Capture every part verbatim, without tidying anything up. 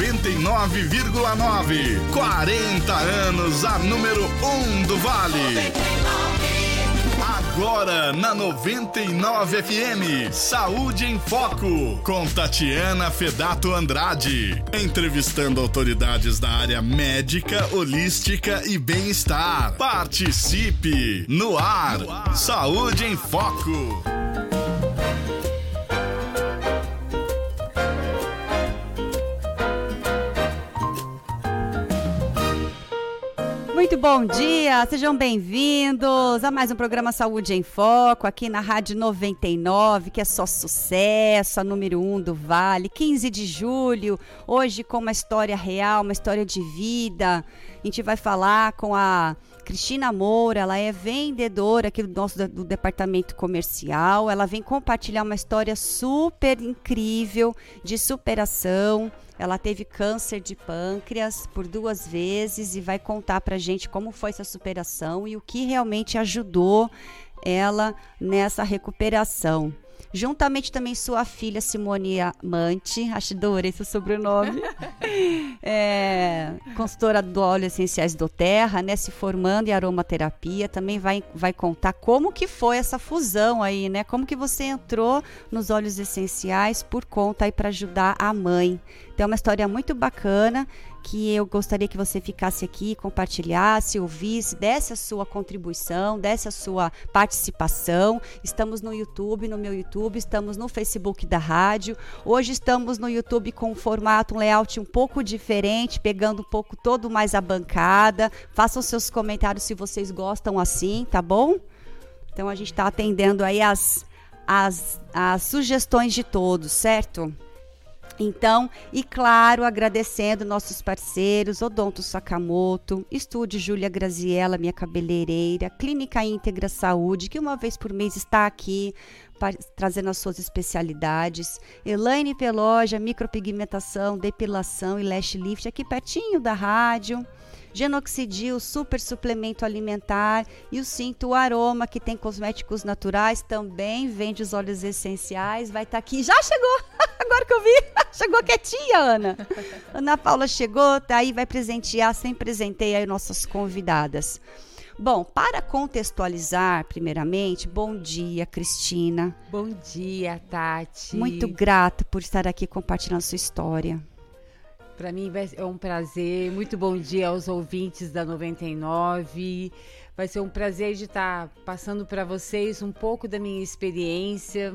noventa e nove vírgula nove. quarenta anos, a número um do Vale. Agora na noventa e nove F M, Saúde em Foco, com Tatiana Fedato Andrade, entrevistando autoridades da área médica, holística e bem-estar. Participe no ar, no ar. Saúde em Foco. Muito bom dia, sejam bem-vindos a mais um programa Saúde em Foco, aqui na Rádio noventa e nove, que é só sucesso, a número um do Vale, quinze de julho, hoje com uma história real, uma história de vida. A gente vai falar com a Cristina Moura, ela é vendedora aqui do nosso do departamento comercial, ela vem compartilhar uma história super incrível de superação. Ela teve câncer de pâncreas por duas vezes e vai contar pra gente como foi essa superação e o que realmente ajudou ela nessa recuperação. Juntamente também sua filha Simone Amante, acho que adorei seu sobrenome, é, consultora do óleo essenciais do Terra, né, se formando em aromaterapia, também vai, vai contar como que foi essa fusão aí, né, como que você entrou nos óleos essenciais por conta aí para ajudar a mãe. Então é uma história muito bacana que eu gostaria que você ficasse aqui, compartilhasse, ouvisse, desse a sua contribuição, desse a sua participação. Estamos no YouTube, no meu YouTube, estamos no Facebook da rádio. Hoje estamos no YouTube com um formato, um layout um pouco diferente, pegando um pouco todo mais a bancada. Façam seus comentários se vocês gostam assim, tá bom? Então a gente está atendendo aí as, as, as sugestões de todos, certo? Então, e claro, agradecendo nossos parceiros, Odonto Sakamoto, Estúdio Júlia Graziella, minha cabeleireira, Clínica Íntegra Saúde, que uma vez por mês está aqui para, trazendo as suas especialidades, Elaine Peloja, micropigmentação, depilação e lash lift, aqui pertinho da rádio, Genoxidil, super suplemento alimentar, e o Cinto Aroma, que tem cosméticos naturais, também vende os óleos essenciais, vai estar aqui, já chegou, agora que eu vi, chegou quietinha, Ana. Ana Paula chegou, tá aí, vai presentear, sempre presentei aí nossas convidadas. Bom, para contextualizar, primeiramente, bom dia, Cristina. Bom dia, Tati. Muito grata por estar aqui compartilhando sua história. Para mim é um prazer, muito bom dia aos ouvintes da noventa e nove. Vai ser um prazer de estar passando para vocês um pouco da minha experiência.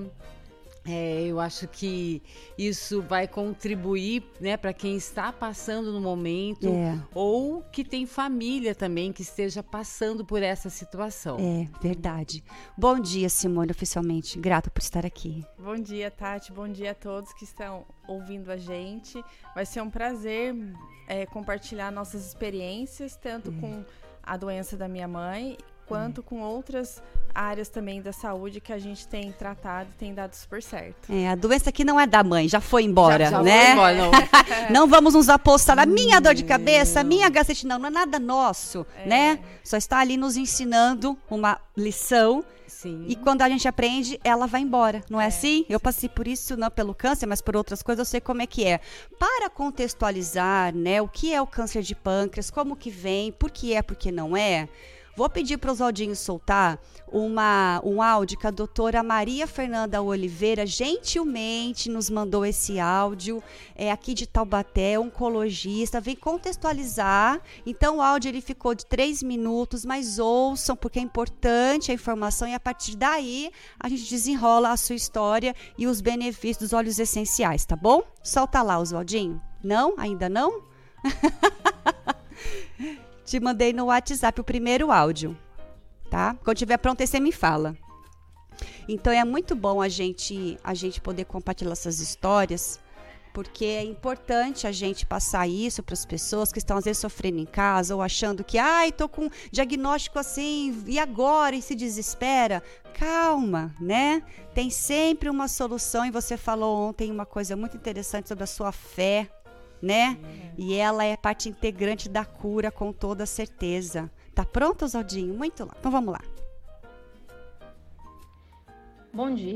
É, eu acho que isso vai contribuir, né, para quem está passando no momento, é. ou que tem família também que esteja passando por essa situação. É, verdade. Bom dia, Simone, oficialmente. Grata por estar aqui. Bom dia, Tati. Bom dia a todos que estão ouvindo a gente. Vai ser um prazer é, compartilhar nossas experiências, tanto é. com a doença da minha mãe, quanto é. com outras áreas também da saúde que a gente tem tratado e tem dado super certo. É, a doença aqui não é da mãe, já foi embora, já, já né? Foi embora, não. Não vamos nos apostar na minha dor de cabeça, minha gastrite, não, não é nada nosso, é. né? Só está ali nos ensinando uma lição. Sim. E quando a gente aprende, ela vai embora, não é, é assim? Eu passei por isso, não pelo câncer, mas por outras coisas, eu sei como é que é. Para contextualizar, né, o que é o câncer de pâncreas, como que vem, por que é, por que não é, vou pedir para os Oswaldinhos soltar uma, um áudio que a doutora Maria Fernanda Oliveira gentilmente nos mandou esse áudio, é aqui de Taubaté, oncologista, vem contextualizar. Então o áudio ele ficou de três minutos, mas ouçam, porque é importante a informação e a partir daí a gente desenrola a sua história e os benefícios dos óleos essenciais, tá bom? Solta lá, Oswaldinho. Não? Ainda não? Te mandei no WhatsApp o primeiro áudio, tá? Quando estiver pronto, aí você me fala. Então, é muito bom a gente, a gente poder compartilhar essas histórias, porque é importante a gente passar isso para as pessoas que estão, às vezes, sofrendo em casa ou achando que, ai, tô com diagnóstico assim, e agora? E se desespera. Calma, né? Tem sempre uma solução, e você falou ontem uma coisa muito interessante sobre a sua fé, né? É. E ela é parte integrante da cura, com toda certeza. Tá pronto, Oswaldinho? Muito lá. Então vamos lá. Bom dia,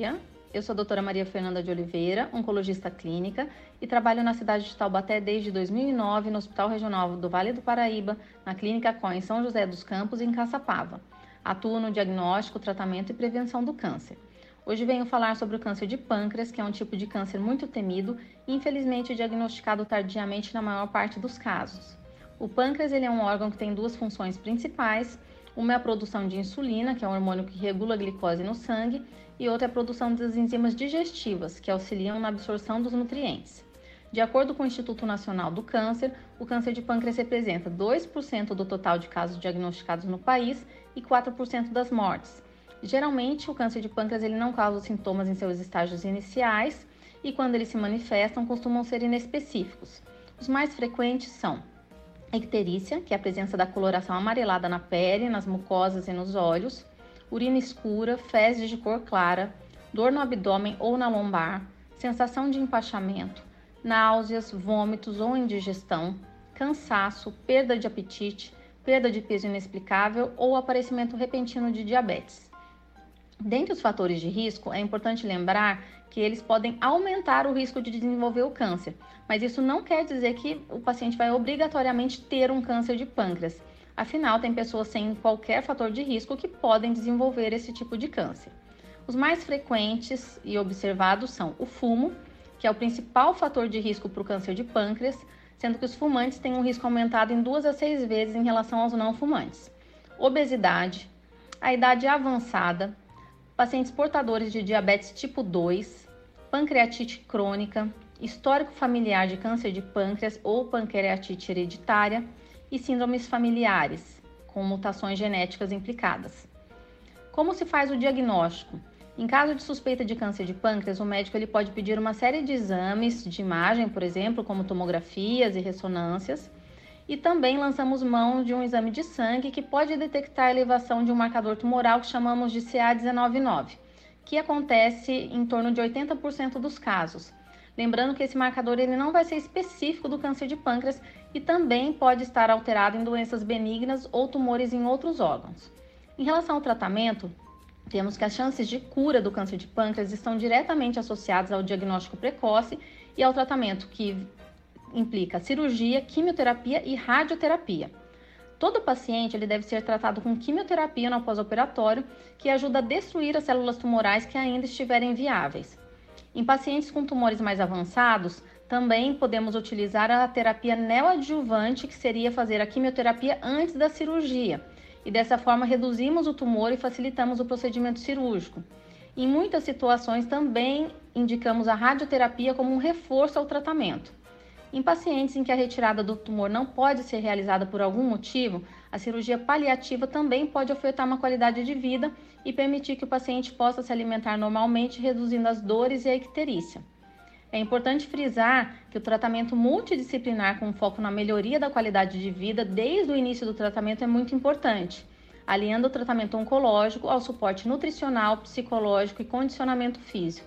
eu sou a doutora Maria Fernanda de Oliveira, oncologista clínica, e trabalho na cidade de Taubaté desde dois mil e nove no Hospital Regional do Vale do Paraíba, na Clínica C O em São José dos Campos e em Caçapava. Atuo no diagnóstico, tratamento e prevenção do câncer. Hoje venho falar sobre o câncer de pâncreas, que é um tipo de câncer muito temido e infelizmente diagnosticado tardiamente na maior parte dos casos. O pâncreas ele é um órgão que tem duas funções principais. Uma é a produção de insulina, que é um hormônio que regula a glicose no sangue, e outra é a produção das enzimas digestivas, que auxiliam na absorção dos nutrientes. De acordo com o Instituto Nacional do Câncer, o câncer de pâncreas representa dois por cento do total de casos diagnosticados no país e quatro por cento das mortes. Geralmente, o câncer de pâncreas ele não causa sintomas em seus estágios iniciais e, quando eles se manifestam, costumam ser inespecíficos. Os mais frequentes são icterícia, que é a presença da coloração amarelada na pele, nas mucosas e nos olhos, urina escura, fezes de cor clara, dor no abdômen ou na lombar, sensação de empachamento, náuseas, vômitos ou indigestão, cansaço, perda de apetite, perda de peso inexplicável ou aparecimento repentino de diabetes. Dentre os fatores de risco, é importante lembrar que eles podem aumentar o risco de desenvolver o câncer, mas isso não quer dizer que o paciente vai obrigatoriamente ter um câncer de pâncreas. Afinal, tem pessoas sem qualquer fator de risco que podem desenvolver esse tipo de câncer. Os mais frequentes e observados são o fumo, que é o principal fator de risco para o câncer de pâncreas, sendo que os fumantes têm um risco aumentado em duas a seis vezes em relação aos não fumantes. Obesidade, a idade avançada, pacientes portadores de diabetes tipo dois, pancreatite crônica, histórico familiar de câncer de pâncreas ou pancreatite hereditária e síndromes familiares, com mutações genéticas implicadas. Como se faz o diagnóstico? Em caso de suspeita de câncer de pâncreas, o médico ele pode pedir uma série de exames de imagem, por exemplo, como tomografias e ressonâncias, e também lançamos mão de um exame de sangue que pode detectar a elevação de um marcador tumoral que chamamos de C A dezenove nove, que acontece em torno de oitenta por cento dos casos. Lembrando que esse marcador ele não vai ser específico do câncer de pâncreas e também pode estar alterado em doenças benignas ou tumores em outros órgãos. Em relação ao tratamento, temos que as chances de cura do câncer de pâncreas estão diretamente associadas ao diagnóstico precoce e ao tratamento que implica cirurgia, quimioterapia e radioterapia. Todo paciente ele deve ser tratado com quimioterapia no pós-operatório, que ajuda a destruir as células tumorais que ainda estiverem viáveis. Em pacientes com tumores mais avançados, também podemos utilizar a terapia neoadjuvante, que seria fazer a quimioterapia antes da cirurgia, e dessa forma reduzimos o tumor e facilitamos o procedimento cirúrgico. Em muitas situações também indicamos a radioterapia como um reforço ao tratamento. Em pacientes em que a retirada do tumor não pode ser realizada por algum motivo, a cirurgia paliativa também pode ofertar uma qualidade de vida e permitir que o paciente possa se alimentar normalmente, reduzindo as dores e a icterícia. É importante frisar que o tratamento multidisciplinar com foco na melhoria da qualidade de vida desde o início do tratamento é muito importante, aliando o tratamento oncológico ao suporte nutricional, psicológico e condicionamento físico.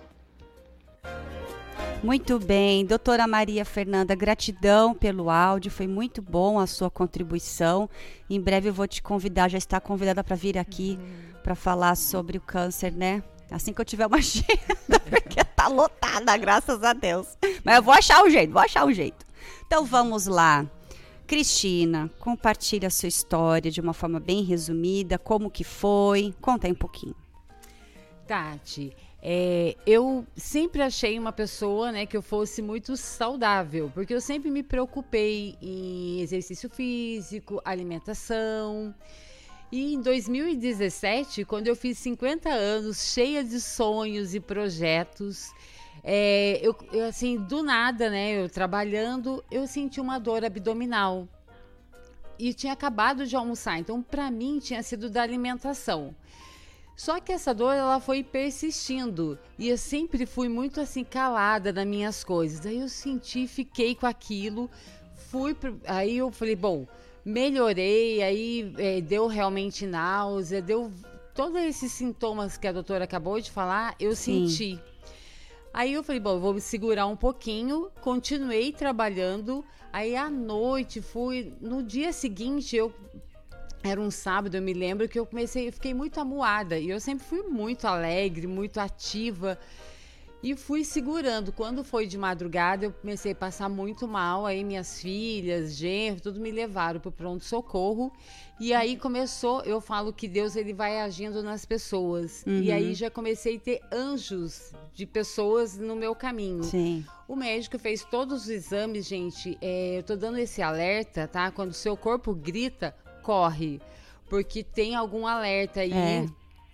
Muito bem, doutora Maria Fernanda, gratidão pelo áudio, foi muito bom a sua contribuição. Em breve eu vou te convidar, já está convidada para vir aqui uhum. para falar sobre o câncer, né? Assim que eu tiver uma agenda, porque tá lotada, graças a Deus. Mas eu vou achar um jeito, vou achar um jeito. Então vamos lá. Cristina, compartilha a sua história de uma forma bem resumida, como que foi, conta aí um pouquinho. Tati, é, eu sempre achei uma pessoa, né, que eu fosse muito saudável, porque eu sempre me preocupei em exercício físico, alimentação. E em dois mil e dezessete, quando eu fiz cinquenta anos, cheia de sonhos e projetos, é, eu, eu, assim, do nada, né, eu trabalhando, eu senti uma dor abdominal. E tinha acabado de almoçar, então para mim tinha sido da alimentação. Só que essa dor, ela foi persistindo, e eu sempre fui muito assim, calada nas minhas coisas. Aí eu senti, fiquei com aquilo, fui, pro... aí eu falei, bom, melhorei, aí é, deu realmente náusea, deu todos esses sintomas que a doutora acabou de falar, eu Sim. senti. Aí eu falei, bom, eu vou me segurar um pouquinho, continuei trabalhando, aí à noite fui, no dia seguinte eu... Era um sábado, eu me lembro que eu comecei, eu fiquei muito amuada, e eu sempre fui muito alegre, muito ativa, E fui segurando. Quando foi de madrugada, eu comecei a passar muito mal. Aí minhas filhas, genro, tudo me levaram para o pronto-socorro. E aí começou, eu falo que Deus ele vai agindo nas pessoas. Uhum. E aí já comecei a ter anjos de pessoas no meu caminho. Sim. O médico fez todos os exames, gente. É, eu tô dando esse alerta, tá? Quando o seu corpo grita, corre. Porque tem algum alerta aí. É.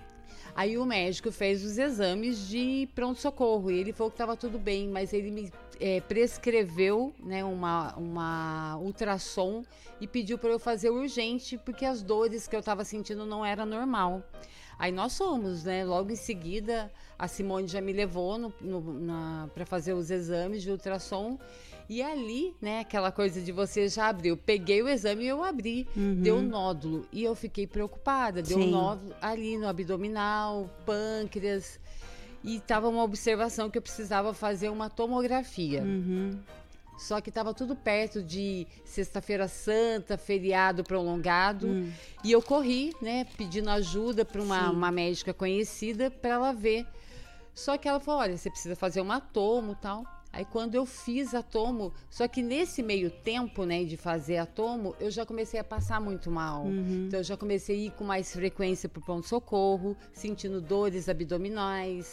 Aí o médico fez os exames de pronto-socorro e ele falou que estava tudo bem, mas ele me é, prescreveu, né, uma, uma ultrassom e pediu para eu fazer urgente, porque as dores que eu estava sentindo não era normal. Aí nós fomos, né? Logo em seguida, a Simone já me levou no, no, para fazer os exames de ultrassom. E ali, né, aquela coisa de você já abriu. Peguei o exame e eu abri. Uhum. Deu nódulo. E eu fiquei preocupada. Deu Sim. nódulo ali no abdominal, pâncreas. E estava uma observação que eu precisava fazer uma tomografia. Uhum. Só que estava tudo perto de Sexta-feira Santa, feriado prolongado. Hum. E eu corri, né, pedindo ajuda para uma, uma médica conhecida para ela ver. Só que ela falou, olha, você precisa fazer uma tomo e tal. Aí quando eu fiz a tomo, só que nesse meio tempo, né, de fazer a tomo, eu já comecei a passar muito mal. Uhum. Então eu já comecei a ir com mais frequência pro pronto-socorro, sentindo dores abdominais,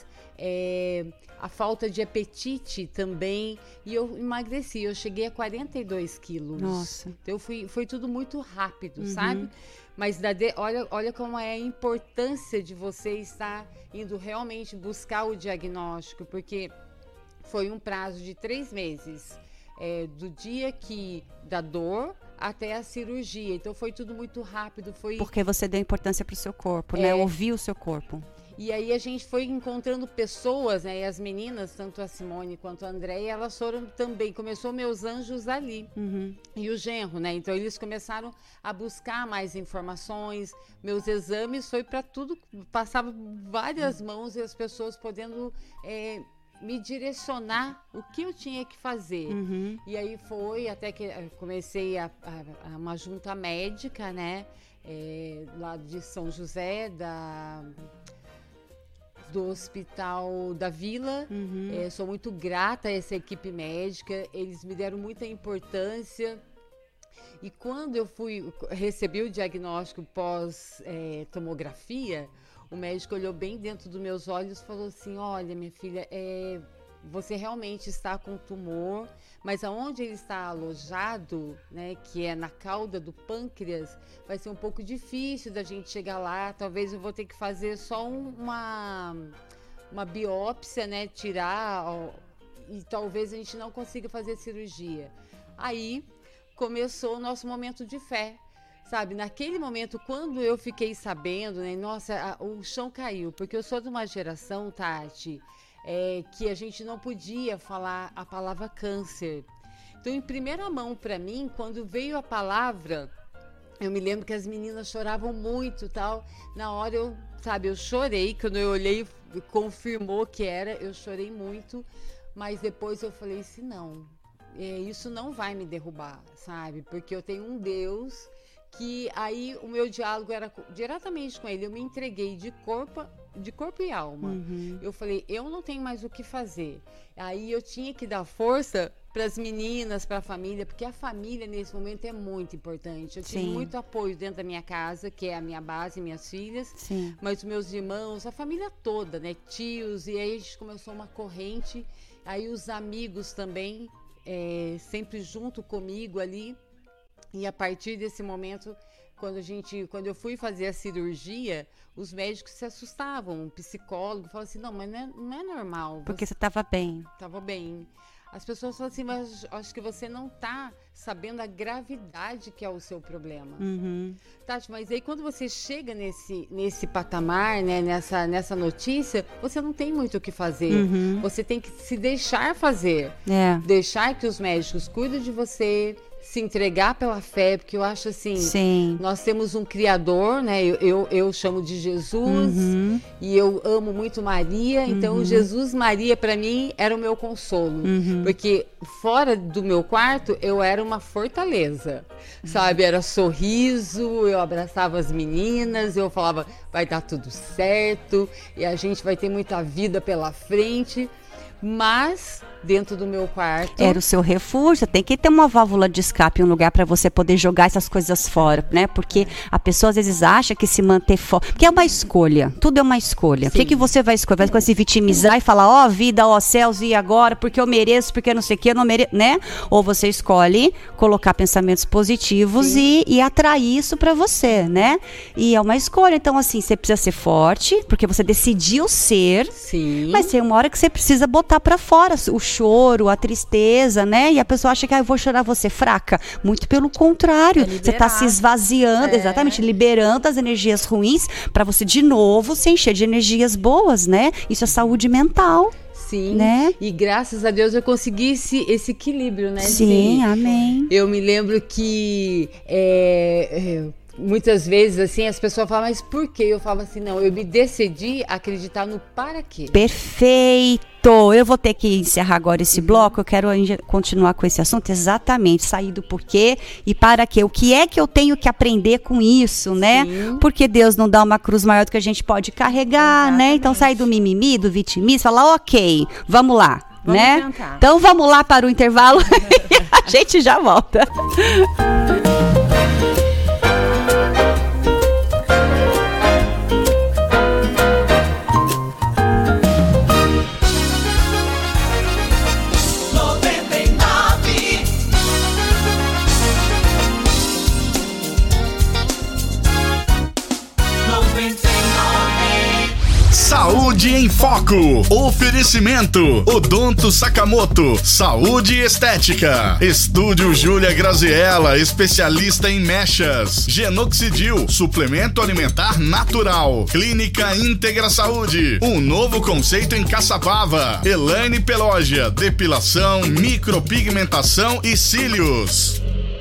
é, a falta de apetite também, e eu emagreci, eu cheguei a quarenta e dois quilos. Nossa. Então eu fui, foi tudo muito rápido, uhum. sabe? Mas da de, olha, olha como é a importância de você estar indo realmente buscar o diagnóstico, porque foi um prazo de três meses, é, do dia que da dor até a cirurgia. Então foi tudo muito rápido. Foi... Porque você deu importância para o seu corpo, é... né? Ouvir o seu corpo. E aí a gente foi encontrando pessoas, né? E as meninas, tanto a Simone quanto a Andréia, elas foram também. Começou meus anjos ali. Uhum. E o genro, né? Então eles começaram a buscar mais informações. Meus exames foi para tudo. Passava várias mãos e as pessoas podendo... É, me direcionar o que eu tinha que fazer. Uhum. E aí foi até que comecei a, a, a uma junta médica, né? É, lá de São José, da, do Hospital da Vila. Uhum. É, sou muito grata a essa equipe médica. Eles me deram muita importância. E quando eu fui, recebi o diagnóstico pós é, tomografia, o médico olhou bem dentro dos meus olhos e falou assim, olha, minha filha, é, você realmente está com tumor, mas aonde ele está alojado, né, que é na cauda do pâncreas, vai ser um pouco difícil da gente chegar lá, talvez eu vou ter que fazer só um, uma, uma biópsia, né, tirar, ó, e talvez a gente não consiga fazer cirurgia. Aí começou o nosso momento de fé. Sabe, naquele momento, quando eu fiquei sabendo, né, nossa, a, o chão caiu, porque eu sou de uma geração, Tati, é, que a gente não podia falar a palavra câncer. Então, em primeira mão, para mim, quando veio a palavra, eu me lembro que as meninas choravam muito, tal. Na hora, eu, sabe, eu chorei, quando eu olhei, confirmou que era, eu chorei muito, mas depois eu falei assim, não, é, isso não vai me derrubar, sabe, porque eu tenho um Deus... que aí o meu diálogo era diretamente com ele, eu me entreguei de corpo, de corpo e alma. Uhum. Eu falei, eu não tenho mais o que fazer. Aí eu tinha que dar força para as meninas, para a família, porque a família nesse momento é muito importante. Eu tive Sim. muito apoio dentro da minha casa, que é a minha base, minhas filhas, Sim. mas os meus irmãos, a família toda, né, tios, e aí a gente começou uma corrente, aí os amigos também, é, sempre junto comigo ali. E a partir desse momento, quando, a gente, quando eu fui fazer a cirurgia, os médicos se assustavam. O psicólogo falou assim, não, mas não é, não é normal. Porque você estava bem. Estava bem. As pessoas falam assim, mas acho que você não está sabendo a gravidade que é o seu problema. Uhum. Tati, mas aí quando você chega nesse, nesse patamar, né, nessa, nessa notícia, você não tem muito o que fazer. Uhum. Você tem que se deixar fazer. É. Deixar que os médicos cuidem de você, se entregar pela fé, porque eu acho assim, Sim. nós temos um Criador, né? Eu, eu, eu chamo de Jesus, uhum. e eu amo muito Maria, uhum. então Jesus Maria para mim era o meu consolo, uhum. porque fora do meu quarto eu era uma fortaleza, uhum. sabe? Era sorriso, eu abraçava as meninas, eu falava, vai dar tudo certo, e a gente vai ter muita vida pela frente. mas dentro do meu quarto. Era o seu refúgio, tem que ter uma válvula de escape, um lugar para você poder jogar essas coisas fora, né? Porque a pessoa às vezes acha que se manter fora, porque é uma escolha, tudo é uma escolha. Sim. O que, que você vai escolher? Vai se vitimizar e falar, ó, oh, vida, ó, oh, céus, e agora? Porque eu mereço, porque não sei o que, eu não mereço, né? Ou você escolhe colocar pensamentos positivos e, e atrair isso para você, né? E é uma escolha, então assim, você precisa ser forte, porque você decidiu ser, Sim. mas tem uma hora que você precisa botar para fora o choro, a tristeza, né? E a pessoa acha que ah, eu vou chorar, você fraca. Muito pelo contrário. É você está se esvaziando, é. exatamente, liberando as energias ruins para você de novo se encher de energias boas, né? Isso é saúde mental. Sim, né? E graças a Deus eu consegui esse, esse equilíbrio, né? Sim, amém. Eu me lembro que é, é, muitas vezes assim as pessoas falam, mas por quê? Eu falo assim, não, eu me decidi a acreditar no para quê. Perfeito! Eu vou ter que encerrar agora esse bloco, eu quero continuar com esse assunto, exatamente, sair do porquê e para quê. O que é que eu tenho que aprender com isso, né? Sim. Porque Deus não dá uma cruz maior do que a gente pode carregar, exatamente. Né? Então sair do mimimi, do vitimismo, falar, ok, vamos lá, vamos né? tentar. Então vamos lá para o intervalo e a gente já volta. Saúde em Foco. Oferecimento Odonto Sakamoto, Saúde e Estética. Estúdio Júlia Graziella, especialista em mechas. Genoxidil, suplemento alimentar natural. Clínica Íntegra Saúde, um novo conceito em Caçapava. Elaine Pelógia, depilação, micropigmentação e cílios.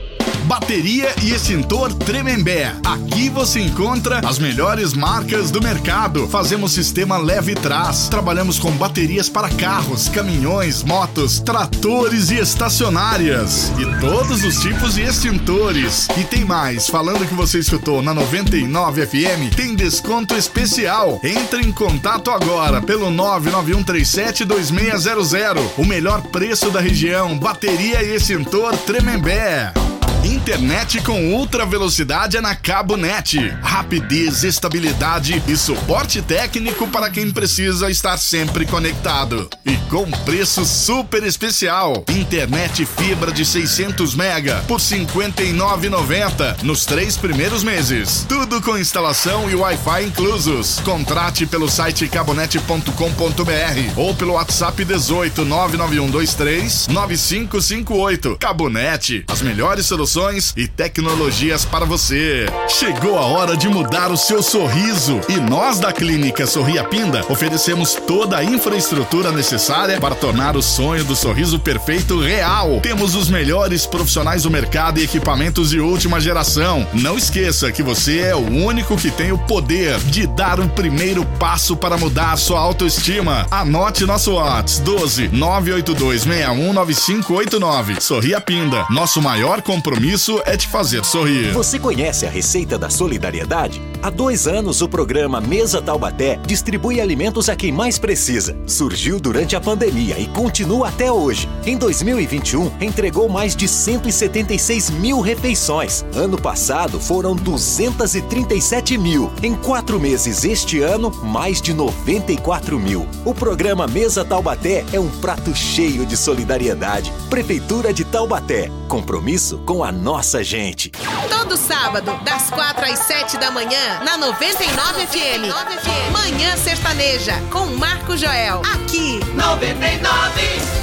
Bateria e extintor Tremembé. Aqui você encontra as melhores marcas do mercado. Fazemos sistema leve trás. Trabalhamos com baterias para carros, caminhões, motos, tratores e estacionárias. E todos os tipos de extintores. E tem mais, falando que você escutou na noventa e nove F M, tem desconto especial. Entre em contato agora pelo nove nove um três sete dois seis zero zero. O melhor preço da região. Bateria e extintor Tremembé. Internet com ultra velocidade é na CaboNet. Rapidez, estabilidade e suporte técnico para quem precisa estar sempre conectado. E com preço super especial. Internet fibra de seiscentos mega por cinquenta e nove reais e noventa centavos nos três primeiros meses. Tudo com instalação e Wi-Fi inclusos. Contrate pelo site cabonet ponto com ponto b r ou pelo WhatsApp dezoito nove nove um dois três nove cinco cinco oito. CaboNet, as melhores soluções e tecnologias para você. Chegou a hora de mudar o seu sorriso e nós da Clínica Sorria Pinda oferecemos toda a infraestrutura necessária para tornar o sonho do sorriso perfeito real. Temos os melhores profissionais do mercado e equipamentos de última geração. Não esqueça que você é o único que tem o poder de dar o primeiro passo para mudar a sua autoestima. Anote nosso WhatsApp doze nove oito dois seis um nove cinco oito nove. Sorria Pinda, nosso maior compromisso Isso é te fazer sorrir. Você conhece a receita da solidariedade? Há dois anos, o programa Mesa Taubaté distribui alimentos a quem mais precisa. Surgiu durante a pandemia e continua até hoje. Em dois mil e vinte e um, entregou mais de cento e setenta e seis mil refeições. Ano passado, foram duzentos e trinta e sete mil. Em quatro meses este ano, mais de noventa e quatro mil. O programa Mesa Taubaté é um prato cheio de solidariedade. Prefeitura de Taubaté. Compromisso com a nossa gente. Todo sábado, das quatro às sete da manhã, na noventa e nove F M. Manhã Sertaneja, com Marco Joel. Aqui, noventa e nove.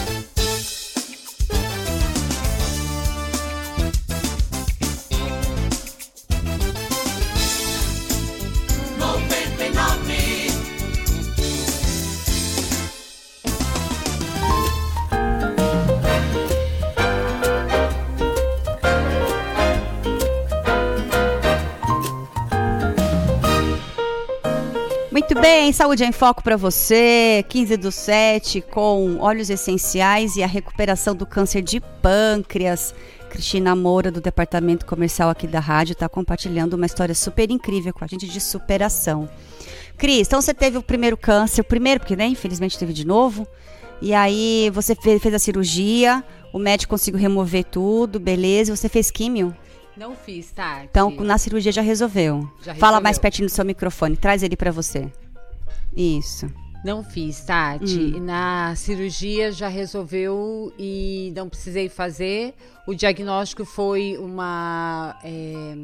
Muito bem, Saúde em Foco para você, quinze do sete, com óleos essenciais e a recuperação do câncer de pâncreas. Cristina Moura, do departamento comercial aqui da rádio, está compartilhando uma história super incrível com a gente de superação. Cris, então você teve o primeiro câncer, o primeiro, porque né, infelizmente teve de novo, E aí você fez, fez a cirurgia, o médico conseguiu remover tudo, beleza. E você fez químio? Não fiz, tá? Então, na cirurgia já resolveu. Já Fala resolveu. mais pertinho do seu microfone. Traz ele pra você. Isso. Não fiz, Tati. Hum. Na cirurgia já resolveu e não precisei fazer. O diagnóstico foi uma é,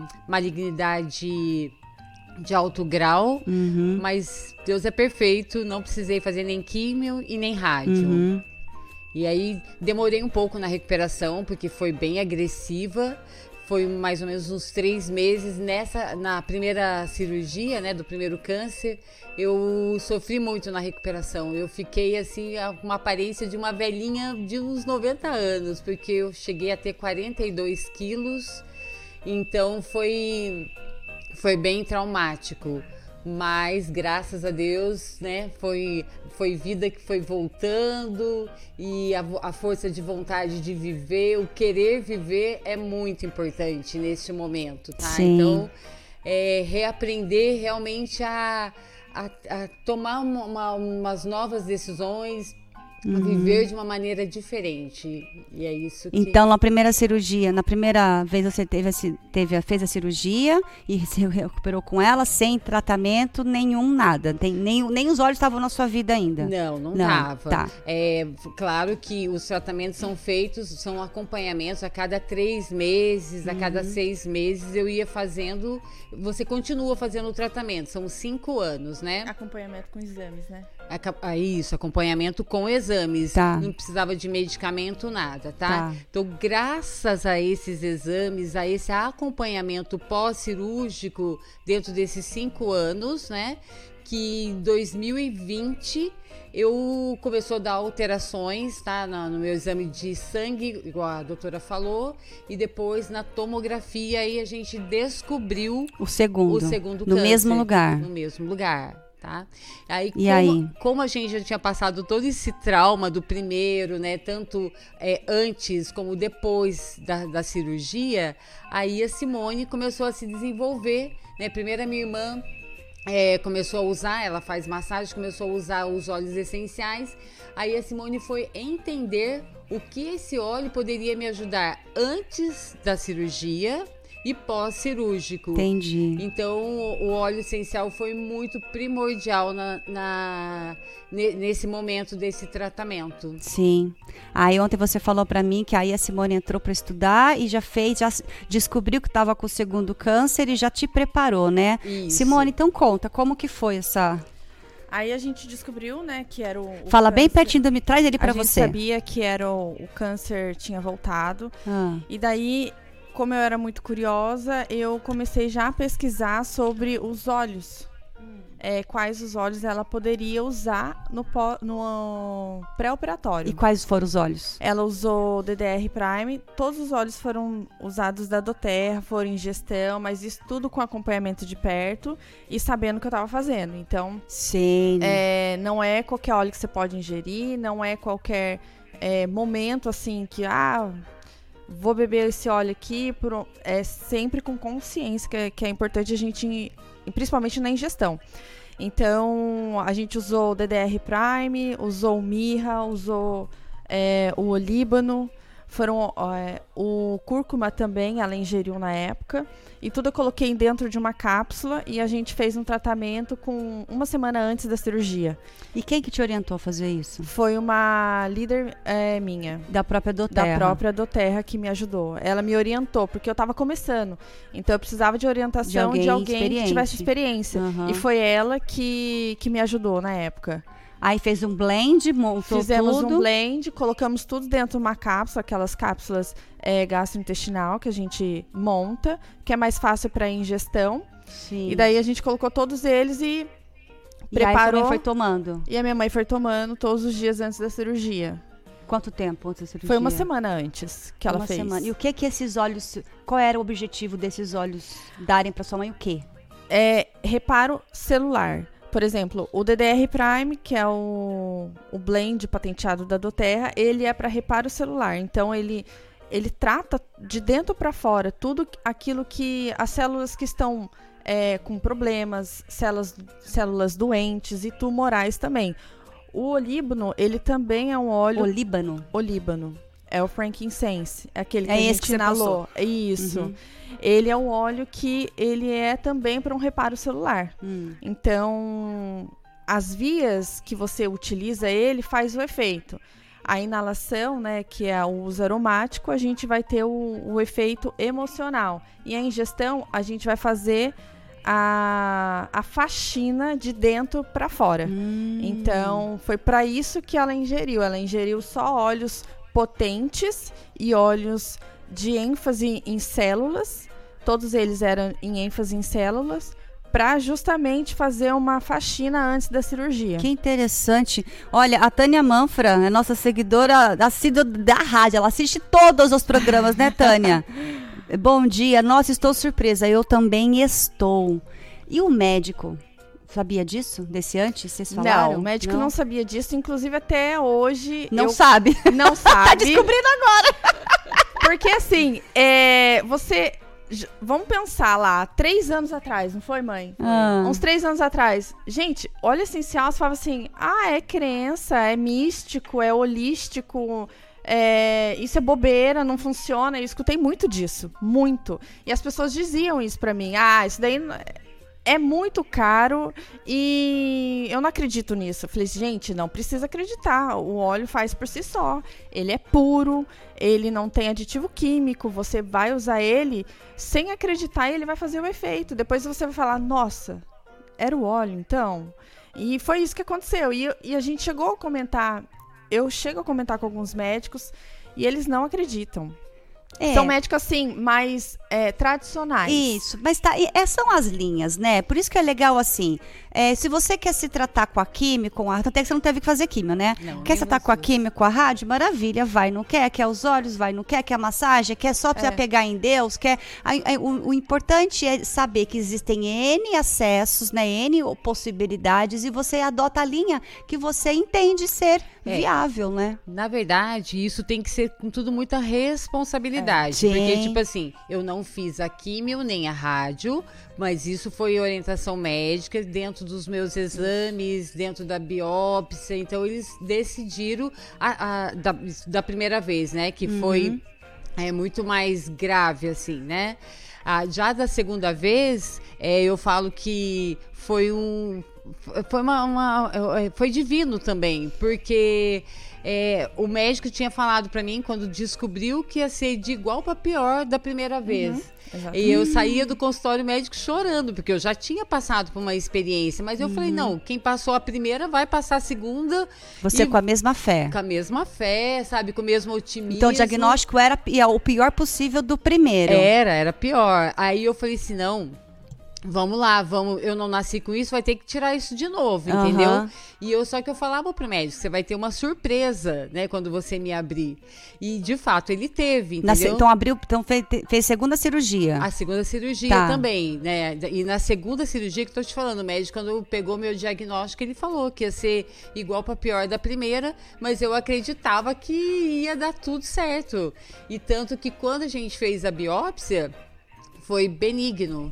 malignidade de alto grau, Uhum. mas Deus é perfeito, não precisei fazer nem químio e nem rádio. Uhum. E aí demorei um pouco na recuperação, porque foi bem agressiva. Foi mais ou menos uns três meses. Nessa, na primeira cirurgia, né, do primeiro câncer, eu sofri muito na recuperação. Eu fiquei assim, com uma aparência de uma velhinha de uns noventa anos, porque eu cheguei a ter quarenta e dois quilos. Então foi, foi bem traumático. Mas, graças a Deus, né, foi, foi vida que foi voltando e a, a força de vontade de viver, o querer viver é muito importante neste momento, tá? Sim. Então, é, reaprender realmente a, a, a tomar uma, uma, umas novas decisões, Uhum. a viver de uma maneira diferente. E é isso que... Então, na primeira cirurgia, na primeira vez você teve, teve, fez a cirurgia e se recuperou com ela, sem tratamento nenhum, nada. Tem, nem, nem os olhos estavam na sua vida ainda. Não, não Não, estava. tá. É, claro que os tratamentos são feitos, são acompanhamentos a cada três meses, a Uhum. cada seis meses eu ia fazendo. Você continua fazendo o tratamento, são cinco anos, né? Acompanhamento com exames, né? Aca- ah, Isso, acompanhamento com exames. Tá. Não precisava de medicamento, nada, tá? Tá. Então, graças a esses exames, a esse acompanhamento pós-cirúrgico dentro desses cinco anos, né? Que em dois mil e vinte eu começou a dar alterações, tá? No, no meu exame de sangue, igual a doutora falou, e depois na tomografia aí a gente descobriu O segundo. o segundo No câncer. mesmo lugar. No mesmo lugar, tá? Aí, E como, aí? como a gente já tinha passado todo esse trauma do primeiro, né? Tanto é, antes como depois da, da cirurgia, aí a Simone começou a se desenvolver, né? Primeiro a minha irmã é, começou a usar, ela faz massagem, começou a usar os óleos essenciais. Aí a Simone foi entender o que esse óleo poderia me ajudar antes da cirurgia e pós-cirúrgico. Entendi. Então, o óleo essencial foi muito primordial na, na, ne- nesse momento desse tratamento. Sim. Aí ontem você falou pra mim que aí a Simone entrou pra estudar e já fez, já s- descobriu que estava com o segundo câncer e já te preparou, né? Isso. Simone, então conta, como que foi essa... Aí a gente descobriu, né, que era o, o Fala bem câncer. pertinho, do, me traz ele pra A gente você. sabia que era o, o câncer tinha voltado. Ah, E daí, como eu era muito curiosa, eu comecei já a pesquisar sobre os óleos. É, quais os óleos ela poderia usar no, pó- no pré-operatório. e quais foram os olhos? Ela usou D D R Prime, todos os óleos foram usados da Doterra, foram em gestão, mas isso tudo com acompanhamento de perto e sabendo o que eu estava fazendo. Então, Sim. é, não é qualquer óleo que você pode ingerir, não é qualquer é, momento assim que, ah, vou beber esse óleo aqui, por um- é sempre com consciência que é, que é importante a gente, principalmente na ingestão. Então, a gente usou o D D R Prime, usou o Mirra, usou é, o olíbano, foram é, o cúrcuma também, ela ingeriu na época. E tudo eu coloquei dentro de uma cápsula e a gente fez um tratamento com uma semana antes da cirurgia. E quem que te orientou a fazer isso? Foi uma líder é, minha, Da própria Doterra. da própria Doterra, que me ajudou. Ela me orientou, porque eu estava começando. Então eu precisava de orientação De alguém de alguém, experiente. que tivesse experiência. Aham. E foi ela que, que me ajudou na época. Aí fez um blend, montou Fizemos tudo. um blend, colocamos tudo dentro de uma cápsula, aquelas cápsulas é, gastrointestinal que a gente monta, que é mais fácil para ingestão. Sim. E daí a gente colocou todos eles e E aí sua preparou. mãe foi tomando. E a minha mãe foi tomando todos os dias antes da cirurgia. Quanto tempo antes da cirurgia? Foi uma semana antes que ela Uma fez. semana. E o que que esses olhos... Qual era o objetivo desses olhos darem para sua mãe o quê? É reparo celular. Por exemplo, o D D R Prime, que é o, o blend patenteado da Doterra, ele é para reparo celular. Então, ele, ele trata de dentro para fora tudo aquilo que... As células que estão é, com problemas, células, células doentes e tumorais também. O olíbano, ele também é um óleo... Olíbano? Olíbano. É o frankincense. É aquele que é a esse gente que inalou. Você Isso. Uhum. Ele é um óleo que ele é também para um reparo celular. Hum. Então, as vias que você utiliza ele faz o efeito. A inalação, né, que é o uso aromático, a gente vai ter o, o efeito emocional. E a ingestão, a gente vai fazer a, a faxina de dentro para fora. Hum. Então, foi para isso que ela ingeriu. Ela ingeriu só óleos potentes e óleos de ênfase em células. Todos eles eram em ênfase em células, para justamente fazer uma faxina antes da cirurgia. Que interessante. Olha, a Tânia Manfra é nossa seguidora assídua da rádio. Ela assiste todos os programas, né, Tânia? Bom dia. Nossa, estou surpresa. Eu também estou. E o médico? Sabia disso? Desse antes? Vocês falaram? Não, o médico não, não sabia disso. Inclusive, até hoje... Não eu... sabe? Não sabe. Tá descobrindo agora. Porque, assim, é, você... Vamos pensar lá, três anos atrás, não foi, mãe? Ah. Uns três anos atrás. Gente, óleo essencial, você falava assim, ah, é crença, é místico, é holístico, é, isso é bobeira, não funciona. Eu escutei muito disso, muito. E as pessoas diziam isso pra mim, ah, isso daí é muito caro e eu não acredito nisso. Eu falei, gente, não precisa acreditar, o óleo faz por si só. Ele é puro, ele não tem aditivo químico, você vai usar ele sem acreditar e ele vai fazer o efeito. Depois você vai falar, nossa, era o óleo então? E foi isso que aconteceu. E, e a gente chegou a comentar, eu chego a comentar com alguns médicos e eles não acreditam. É. São médicos, assim, mais é, tradicionais. Isso, mas tá, e, é, são as linhas, né? Por isso que é legal, assim, é, se você quer se tratar com a química, com a... Até que você não teve que fazer químio, né? Não, quer se tratar com a química, com a rádio? Maravilha, vai, não quer? Quer os olhos? Vai, não quer? Quer a massagem? Quer só pra é. pegar em Deus? Quer... A, a, o, o importante é saber que existem N acessos, né? N possibilidades e você adota a linha que você entende ser é. viável, né? Na verdade, isso tem que ser com tudo muita responsabilidade. É. Porque, tipo assim, eu não fiz a químio nem a rádio, mas isso foi orientação médica dentro dos meus exames, dentro da biópsia. Então, eles decidiram a, a, da, da primeira vez, né? Que uhum. foi é, muito mais grave, assim, né? Ah, já da segunda vez, é, eu falo que foi um... Foi, uma, uma, foi divino também, porque... É, o médico tinha falado pra mim quando descobriu que ia ser de igual pra pior da primeira vez. Uhum, e eu saía do consultório médico chorando, porque eu já tinha passado por uma experiência, mas eu uhum. falei, não, quem passou a primeira vai passar a segunda. Você com a mesma fé. Com a mesma fé, sabe, com o mesmo otimismo. Então o diagnóstico era o pior possível do primeiro. Era, era pior. Aí eu falei assim, não... Vamos lá, vamos, eu não nasci com isso, vai ter que tirar isso de novo, uhum. entendeu? E eu só que eu falava pro médico, você vai ter uma surpresa, né, quando você me abrir. E de fato ele teve, entendeu? Na, então abriu, então fez, fez segunda cirurgia. A segunda cirurgia tá. também, né? E na segunda cirurgia que eu tô te falando, o médico quando pegou meu diagnóstico, ele falou que ia ser igual para pior da primeira, mas eu acreditava que ia dar tudo certo. E tanto que quando a gente fez a biópsia, foi benigno.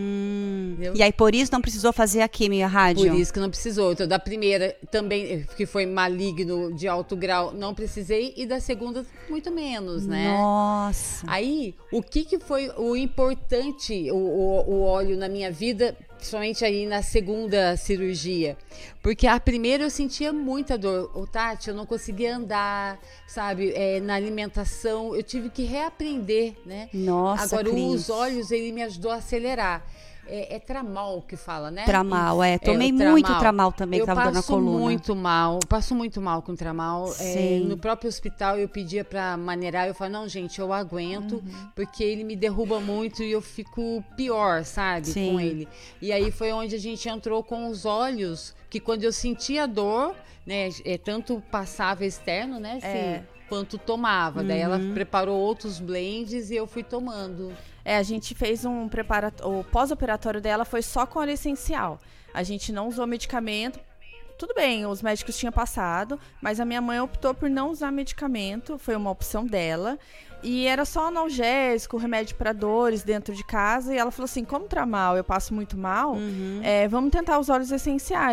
Hum, e aí por isso não precisou fazer a quimio e a rádio? Por isso que não precisou. Então da primeira também, que foi maligno de alto grau, não precisei. E da segunda, muito menos, né? Nossa! Aí, o que que foi o importante, o, o, o óleo na minha vida, principalmente aí na segunda cirurgia? Porque a primeira eu sentia muita dor. O Tati, eu não conseguia andar, sabe? É, na alimentação, eu tive que reaprender, né? Nossa, Agora, Cris. os olhos, ele me ajudou a acelerar. É, é tramal que fala, né? Tramal, é. Tomei é, muito tramal, tramal também, eu que tava dando na coluna. Eu passo muito mal, passo muito mal com tramal. É, no próprio hospital eu pedia pra maneirar, eu falo, não, gente, eu aguento, uhum. porque ele me derruba muito e eu fico pior, sabe? Sim. Com ele. E aí foi onde a gente entrou com os olhos, que quando eu sentia dor, né, é, tanto passava externo, né, é. se, quanto tomava. Uhum. Daí ela preparou outros blends e eu fui tomando. É, a gente fez um preparatório, o pós-operatório dela foi só com óleo essencial. A gente não usou medicamento. Tudo bem, os médicos tinham passado, mas a minha mãe optou por não usar medicamento, foi uma opção dela. E era só analgésico, remédio para dores dentro de casa. E ela falou assim, como tramal, eu passo muito mal, uhum. é, vamos tentar os óleos essenciais.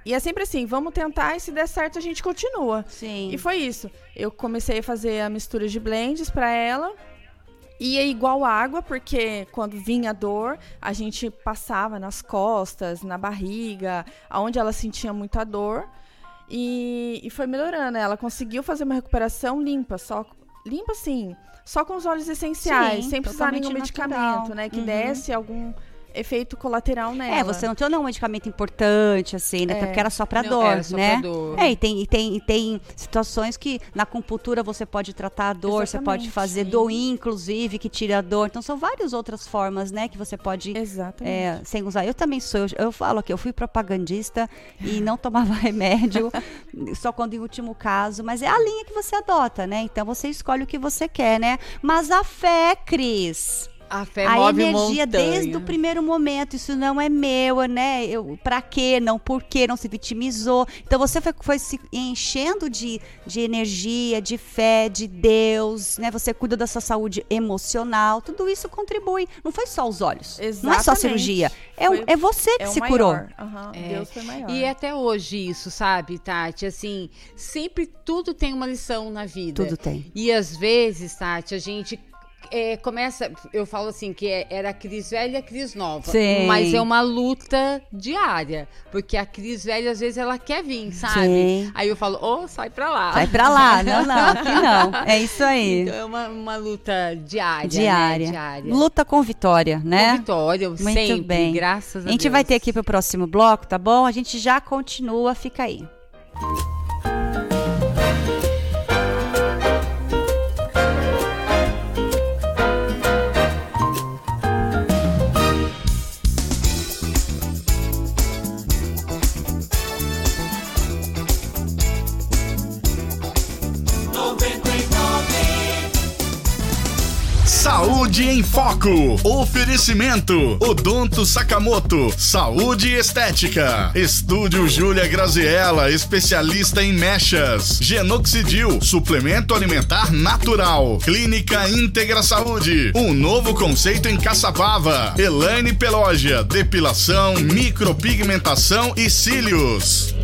E é sempre assim, vamos tentar e se der certo a gente continua. Sim. E foi isso. Eu comecei a fazer a mistura de blends para ela. E é igual água, porque quando vinha a dor, a gente passava nas costas, na barriga, onde ela sentia muita dor. E, e foi melhorando. Ela conseguiu fazer uma recuperação limpa, só limpa assim, só com os óleos essenciais, Sim, sem precisar de nenhum medicamento, natural. né? Que Uhum. desse algum efeito colateral nela. É, você não tinha nenhum medicamento importante, assim, né? É. Porque era só pra Não, dor, era só né? pra dor. É, e tem, e, tem, e tem situações que na acupuntura você pode tratar a dor, você pode Exatamente, fazer sim. doin, inclusive, que tira a dor. Então são várias outras formas, né, que você pode Exatamente. é, sem usar. Eu também sou, eu, eu falo aqui, eu fui propagandista e não tomava remédio, só quando em último caso, mas é a linha que você adota, né? Então você escolhe o que você quer, né? Mas a fé, Cris... A fé A move energia montanha. desde o primeiro momento, isso não é meu, né? Eu, pra quê? Não por quê? Não se vitimizou. Então você foi, foi se enchendo de, de energia, de fé, de Deus, né? Você cuida da sua saúde emocional, tudo isso contribui. Não foi só os olhos, Exatamente. não é só cirurgia. É, o- Foi- é você que é o se maior. curou. Aham, É. Deus foi maior. E até hoje isso, sabe, Tati? Assim, sempre tudo tem uma lição na vida. Tudo tem. E às vezes, Tati, a gente é, começa... Eu falo assim, que é- era a Cris velha e a Cris nova. Sim. Mas é uma luta diária. Porque a Cris velha, às vezes, ela quer vir, sabe? Sim. Aí eu falo, ô, sai pra lá. Vai pra lá, não, não, aqui não. É isso aí. Então é uma, uma luta diária, Diária. né? Diária. Luta com vitória, né? Com vitória, Muito sempre, bem. graças a Deus. A gente vai ter aqui pro próximo bloco, tá bom? A gente já continua, fica aí. Saúde em Foco. Oferecimento. Odonto Sakamoto. Saúde e Estética. Estúdio Júlia Graziella, especialista em mechas. Genoxidil, suplemento alimentar natural. Clínica Íntegra Saúde. Um novo conceito em Caçapava. Elaine Pelógia, depilação, micropigmentação e cílios.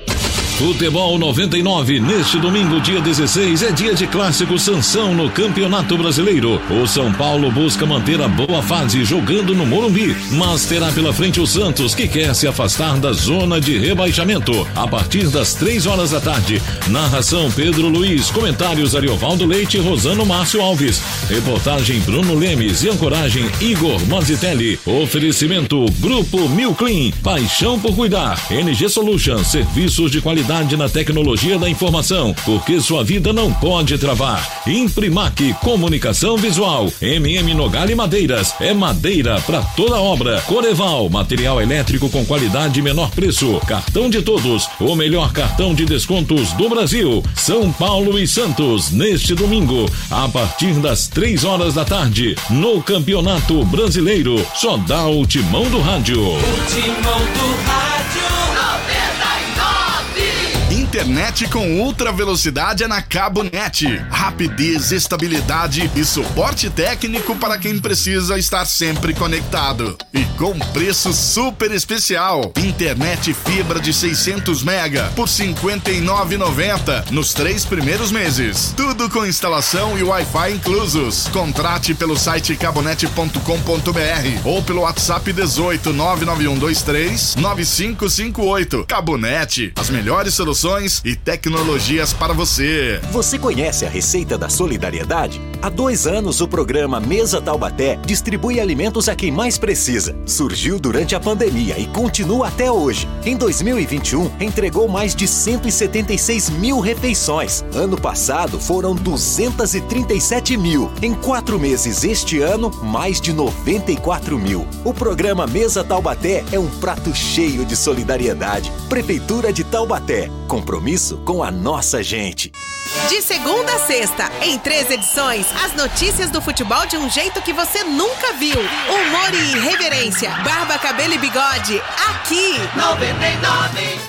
Futebol noventa e nove, neste domingo, dia dezesseis, é dia de clássico Sansão no Campeonato Brasileiro. O São Paulo busca manter a boa fase jogando no Morumbi, mas terá pela frente o Santos, que quer se afastar da zona de rebaixamento. A partir das três horas da tarde, narração Pedro Luiz, comentários Ariovaldo Leite e Rosano Márcio Alves, reportagem Bruno Lemes e ancoragem Igor Mazitelli. Oferecimento Grupo Mil Clean, paixão por cuidar. N G Solutions, serviços de qualidade na tecnologia da informação, porque sua vida não pode travar. Imprimac, comunicação visual. M M Nogali Madeiras, é madeira para toda obra. Coreval, material elétrico com qualidade e menor preço. Cartão de Todos, o melhor cartão de descontos do Brasil. São Paulo e Santos, neste domingo, a partir das três horas da tarde, no Campeonato Brasileiro. Só dá o timão do rádio. O timão do rádio noventa e nove. Internet com ultra velocidade é na Cabo Net. Rapidez, estabilidade e suporte técnico para quem precisa estar sempre conectado. E com preço super especial. Internet fibra de seiscentos mega por cinquenta e nove reais e noventa centavos nos três primeiros meses. Tudo com instalação e Wi-Fi inclusos. Contrate pelo site cabonet ponto com ponto br ou pelo WhatsApp dezoito nove nove um dois três nove cinco cinco oito. Cabonet, as melhores soluções e tecnologias para você. Você conhece a receita da solidariedade? Há dois anos o programa Mesa Taubaté distribui alimentos a quem mais precisa. Surgiu durante a pandemia e continua até hoje. Em dois mil e vinte e um, entregou mais de cento e setenta e seis mil refeições. Ano passado foram duzentos e trinta e sete mil. Em quatro meses este ano, mais de noventa e quatro mil. O programa Mesa Taubaté é um prato cheio de solidariedade. Prefeitura de Taubaté. Compromisso com a nossa gente. De segunda a sexta, em três edições, as notícias do futebol de um jeito que você nunca viu. Humor e irreverência, barba, cabelo e bigode, aqui. noventa e nove.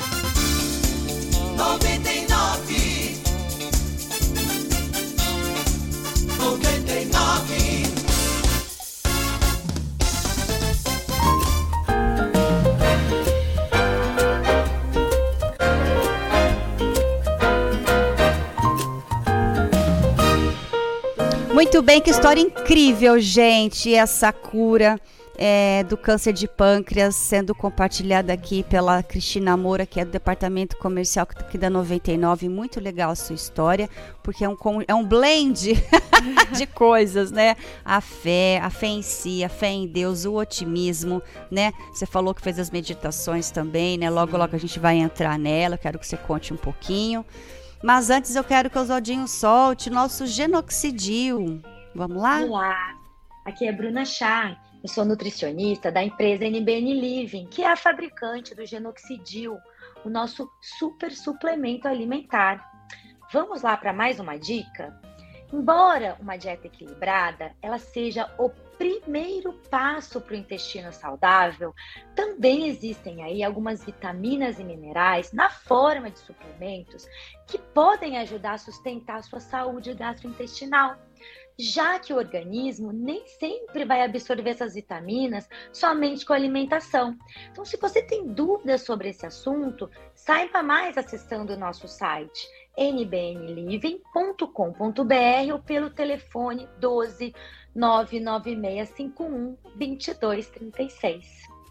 noventa e nove. noventa e nove. Muito bem, que história incrível, gente, essa cura é, do câncer de pâncreas sendo compartilhada aqui pela Cristina Moura, que é do departamento comercial aqui da noventa e nove. Muito legal a sua história, porque é um, é um blend de coisas, né? A fé, a fé em si, a fé em Deus, o otimismo, né? Você falou que fez as meditações também, né? Logo, logo a gente vai entrar nela, quero que você conte um pouquinho. Mas antes eu quero que o Oswaldinho solte nosso Genoxidil. Vamos lá? Olá, aqui é Bruna Chá. Eu sou nutricionista da empresa N B N Living, que é a fabricante do Genoxidil, o nosso super suplemento alimentar. Vamos lá para mais uma dica? Embora uma dieta equilibrada ela seja o primeiro passo para o intestino saudável, também existem aí algumas vitaminas e minerais na forma de suplementos que podem ajudar a sustentar a sua saúde gastrointestinal, já que o organismo nem sempre vai absorver essas vitaminas somente com a alimentação. Então, se você tem dúvidas sobre esse assunto, saiba mais acessando o nosso site n b n living ponto com ponto b r ou pelo telefone doze, nove nove seis cinco um, dois dois três seis.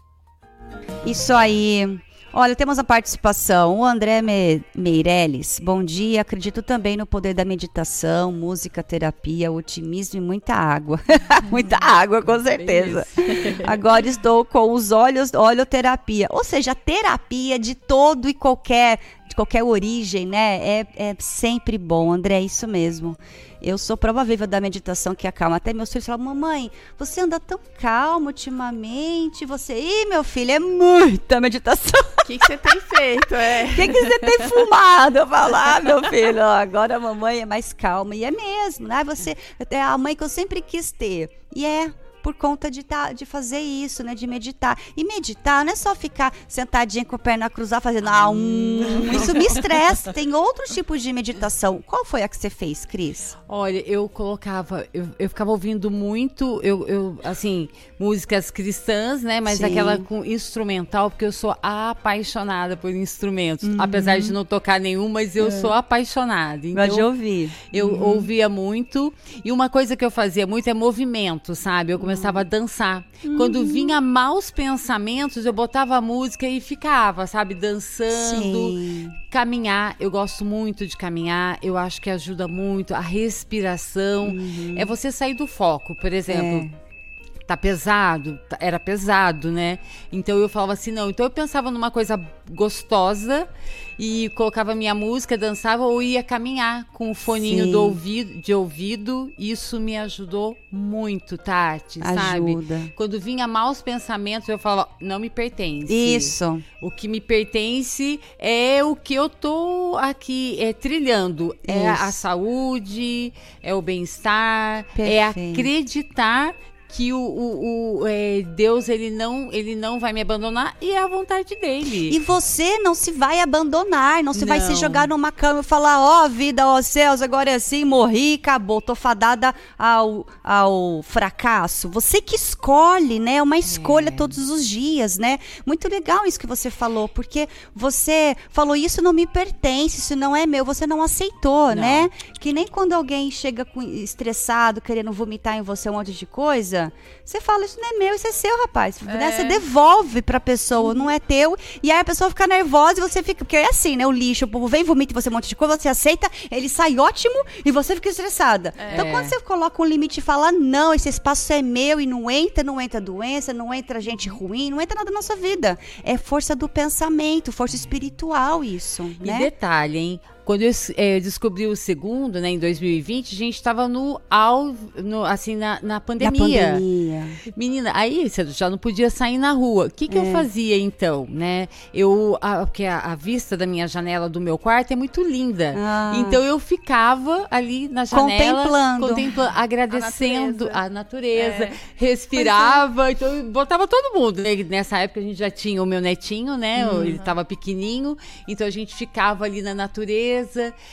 Isso aí. Olha, temos a participação, o André Me- Meirelles. Bom dia, acredito também no poder da meditação, música, terapia, otimismo e muita água. Muita água, com certeza. Agora estou com os olhos, oleoterapia, ou seja, a terapia de todo e qualquer, de qualquer origem, né? É, é sempre bom, André, é isso mesmo. Eu sou prova viva da meditação que acalma. Até meus filhos falam, mamãe, você anda tão calmo ultimamente. Você, ih, meu filho, é muita meditação. O que, que você tem feito? É. O que, que você tem fumado? Eu falo, ah, meu filho, ó, agora a mamãe é mais calma. E é mesmo, né? Você é a mãe que eu sempre quis ter. E é por conta de, tá, de fazer isso, né? De meditar. E meditar não é só ficar sentadinha com a perna cruzada fazendo ah, um. Isso me estressa. Tem outros tipos de meditação. Qual foi a que você fez, Cris? Olha, eu colocava, eu, eu ficava ouvindo muito, eu, eu, assim, músicas cristãs, né? Mas Sim. aquela com instrumental, porque eu sou apaixonada por instrumentos. Uhum. Apesar de não tocar nenhum, mas eu é. sou apaixonada. Então, gosto de ouvir. Eu uhum. ouvia muito. E uma coisa que eu fazia muito é movimento, sabe? Eu começava a dançar. Uhum. Quando vinha maus pensamentos, eu botava a música e ficava, sabe? Dançando. Sim. Caminhar. Eu gosto muito de caminhar. Eu acho que ajuda muito. A respiração. Uhum. É você sair do foco. Por exemplo... É. Tá pesado, era pesado, né? Então eu falava assim, não. Então eu pensava numa coisa gostosa e colocava minha música, dançava ou ia caminhar com o foninho do ouvido, de ouvido. Isso me ajudou muito, Tati, Ajuda. Sabe? Quando vinha maus pensamentos, eu falava, não me pertence. Isso. O que me pertence é o que eu tô aqui é, trilhando. Isso. É a saúde, é o bem-estar, Perfeito. É acreditar que o, o, o é, Deus ele não, ele não vai me abandonar e é a vontade dele. E você não se vai abandonar, não se não. vai se jogar numa cama e falar, ó oh, vida, ó oh, céus, agora é assim, morri, acabou, tô fadada ao, ao fracasso. Você que escolhe, né? É uma escolha é. todos os dias, né? Muito legal isso que você falou, porque você falou, isso não me pertence, isso não é meu, você não aceitou, não. né? Que nem quando alguém chega com, estressado, querendo vomitar em você um monte de coisa, você fala, isso não é meu, isso é seu, rapaz. É. Né? Você devolve pra pessoa, não é teu. E aí a pessoa fica nervosa e você fica... Porque é assim, né? O lixo, o povo vem, vomita em você um monte de coisa, você aceita, ele sai ótimo e você fica estressada. É. Então quando você coloca um limite e fala, não, esse espaço é meu e não entra, não entra doença, não entra gente ruim, não entra nada na nossa vida. É força do pensamento, força espiritual isso, e né? E detalhe, hein? Quando eu é, descobri o segundo, né, em dois mil e vinte, a gente estava no, ao, no, assim, na, na pandemia. Na pandemia. Menina, aí você já não podia sair na rua. O que, que é. eu fazia, então, né? Eu, a, porque a, a vista da minha janela do meu quarto é muito linda. Ah. Então, eu ficava ali na janela... Contemplando. Contemplando, agradecendo a natureza. A natureza é. Respirava. É. Então, eu botava todo mundo. Né? Nessa época, a gente já tinha o meu netinho, né? Uhum. Ele estava pequenininho. Então, a gente ficava ali na natureza.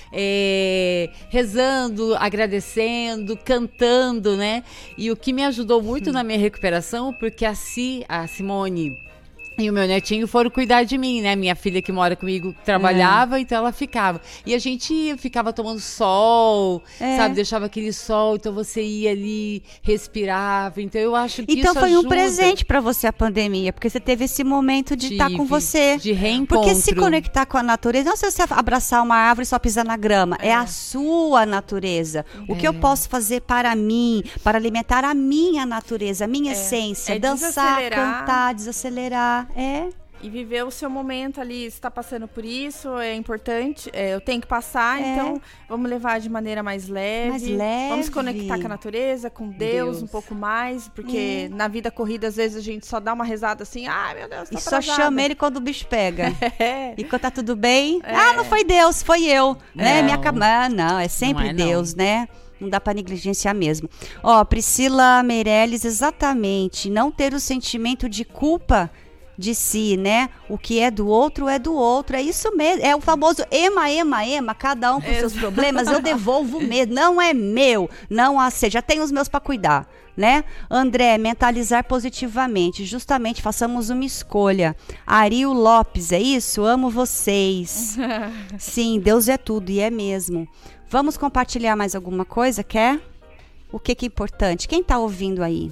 É, rezando, agradecendo, cantando, né? E o que me ajudou muito hum. na minha recuperação, porque a, Si, a Simone, E o meu netinho foram cuidar de mim, né? Minha filha que mora comigo trabalhava, é. então ela ficava. E a gente ia, ficava tomando sol, é. sabe? Deixava aquele sol, então você ia ali, respirava. Então eu acho que então isso foi ajuda. um presente pra você a pandemia, porque você teve esse momento de estar com você. De reencontro. Porque se conectar com a natureza, não é você abraçar uma árvore e só pisar na grama. É, é a sua natureza. O é. que eu posso fazer para mim, para alimentar a minha natureza, a minha é. essência. É dançar, cantar, desacelerar. É. E viver o seu momento ali, você está passando por isso, é importante, é, eu tenho que passar, é. então vamos levar de maneira mais leve, mais leve. Vamos conectar com a natureza, com Deus, Deus. um pouco mais, porque é. na vida corrida, às vezes, a gente só dá uma risada assim, ai meu Deus, tá E só chama ele quando o bicho pega. É. E quando tá tudo bem, é. ah, não foi Deus, foi eu, não. né? Minha cam... ah, não, é sempre não é, Deus, não. né? Não dá para negligenciar mesmo. Ó, Priscila Meirelles, exatamente, não ter o sentimento de culpa de si, né? O que é do outro é do outro, é isso mesmo, é o famoso ema, ema, ema, cada um com seus problemas, eu devolvo mesmo, não é meu, não aceito, já tenho os meus para cuidar, né? André, mentalizar positivamente, justamente façamos uma escolha. Ariel Lopes, é isso? Amo vocês. Sim, Deus é tudo e é mesmo. Vamos compartilhar mais alguma coisa, quer? O que que é importante? Quem tá ouvindo aí?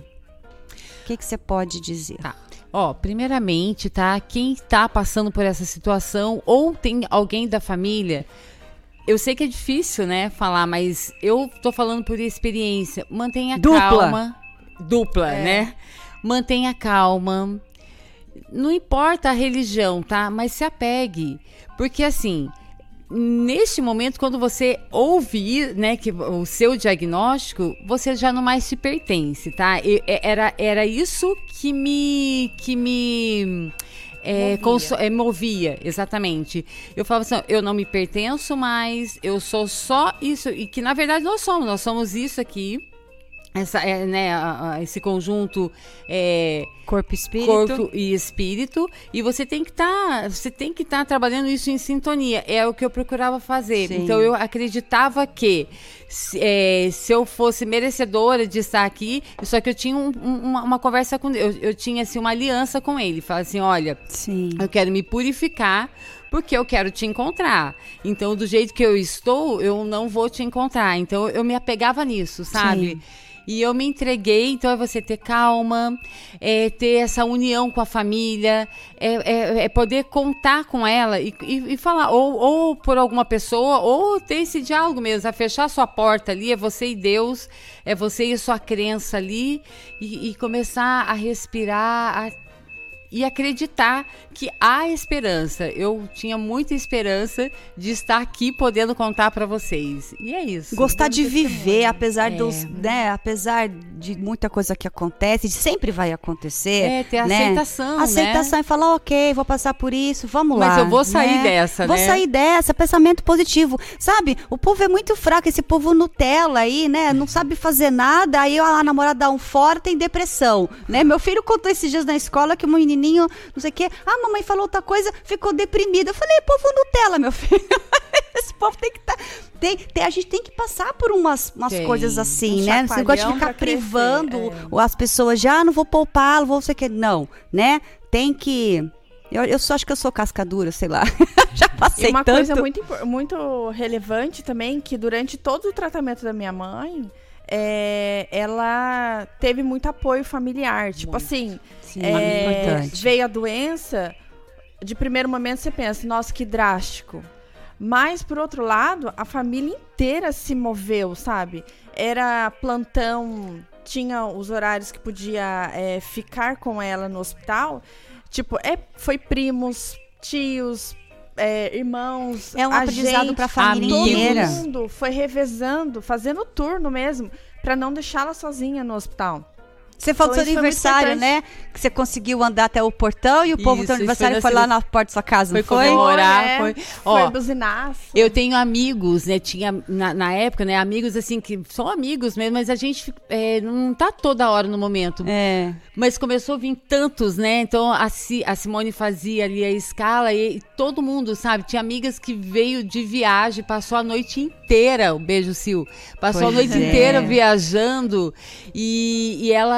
O que que você pode dizer? Tá. Ó, primeiramente, tá? Quem tá passando por essa situação ou tem alguém da família, eu sei que é difícil, né, falar, mas eu tô falando por experiência. Mantenha Dupla. calma. Dupla, é. né? Mantenha calma. Não importa a religião, tá? Mas se apegue. Porque, assim, neste momento, quando você ouve, né, que o seu diagnóstico, você já não mais te pertence, tá? Eu, era, era isso que me... Que me É, movia. Conso- é, movia, exatamente. Eu falava assim, eu não me pertenço mais, eu sou só isso, e que na verdade nós somos, nós somos isso aqui, essa, é, né, a, a, esse conjunto é, corpo e espírito. Corpo e espírito, e você tem que estar, você tem que estar trabalhando isso em sintonia. É o que eu procurava fazer. Sim. Então eu acreditava que se, é, se eu fosse merecedora de estar aqui, só que eu tinha um, um, uma, uma conversa com Deus, eu, eu tinha assim uma aliança com Ele. Falava assim, olha, Sim. eu quero me purificar, porque eu quero te encontrar. Então, do jeito que eu estou, eu não vou te encontrar. Então, eu me apegava nisso, sabe? Sim. E eu me entreguei, então é você ter calma, é ter essa união com a família, é, é, é poder contar com ela e, e, e falar, ou, ou por alguma pessoa, ou ter esse diálogo mesmo, a fechar sua porta ali, é você e Deus, é você e sua crença ali, e, e começar a respirar, a e acreditar que há esperança. Eu tinha muita esperança de estar aqui podendo contar para vocês. E é isso. Gostar de viver, apesar é. dos, né, apesar de muita coisa que acontece, sempre vai acontecer. É, ter né? aceitação, Aceitação né? e falar, ok, vou passar por isso, vamos Mas lá. Mas eu vou sair né? dessa, vou né? Vou sair dessa, pensamento positivo. Sabe, o povo é muito fraco, esse povo Nutella aí, né? Não sabe fazer nada, aí a namorada dá um fora, tem depressão, né? Meu filho contou esses dias na escola que o menininho não sei o que, ah, mamãe falou outra coisa, ficou deprimida. Eu falei, povo Nutella, meu filho. Esse povo tem que estar. Tá, tem, tem, a gente tem que passar por umas, umas coisas assim, um né? Você gosta de ficar privando é. as pessoas já, ah, não vou poupar, não vou sei o que. Não, né? Tem que. Eu, eu só acho que eu sou cascadura, sei lá. Já passei e uma tanto. coisa muito, muito relevante também, que durante todo o tratamento da minha mãe, é, ela teve muito apoio familiar. Tipo muito. assim, Sim, é, veio a doença, de primeiro momento você pensa, nossa, que drástico. Mas, por outro lado, a família inteira se moveu, sabe? Era plantão, tinha os horários que podia é, ficar com ela no hospital. Tipo, é, foi primos, tios, é, irmãos, é um aprendizado para a família todo inteira. Todo mundo foi revezando, fazendo turno mesmo, para não deixá-la sozinha no hospital. Você falou do seu aniversário, né? Que você conseguiu andar até o portão e o povo do seu aniversário foi, foi lá na porta da sua casa, não foi? Foi comemorar, é, foi. Foi Ó, buzinaço. Eu tenho amigos, né? Tinha, na, na época, né? Amigos, assim, que são amigos mesmo, mas a gente é, não tá toda hora no momento. É. Mas começou a vir tantos, né? Então, a, C, a Simone fazia ali a escala e, e todo mundo, sabe? Tinha amigas que veio de viagem, passou a noite inteira, um beijo, Sil. Passou pois a noite é. inteira viajando e, e ela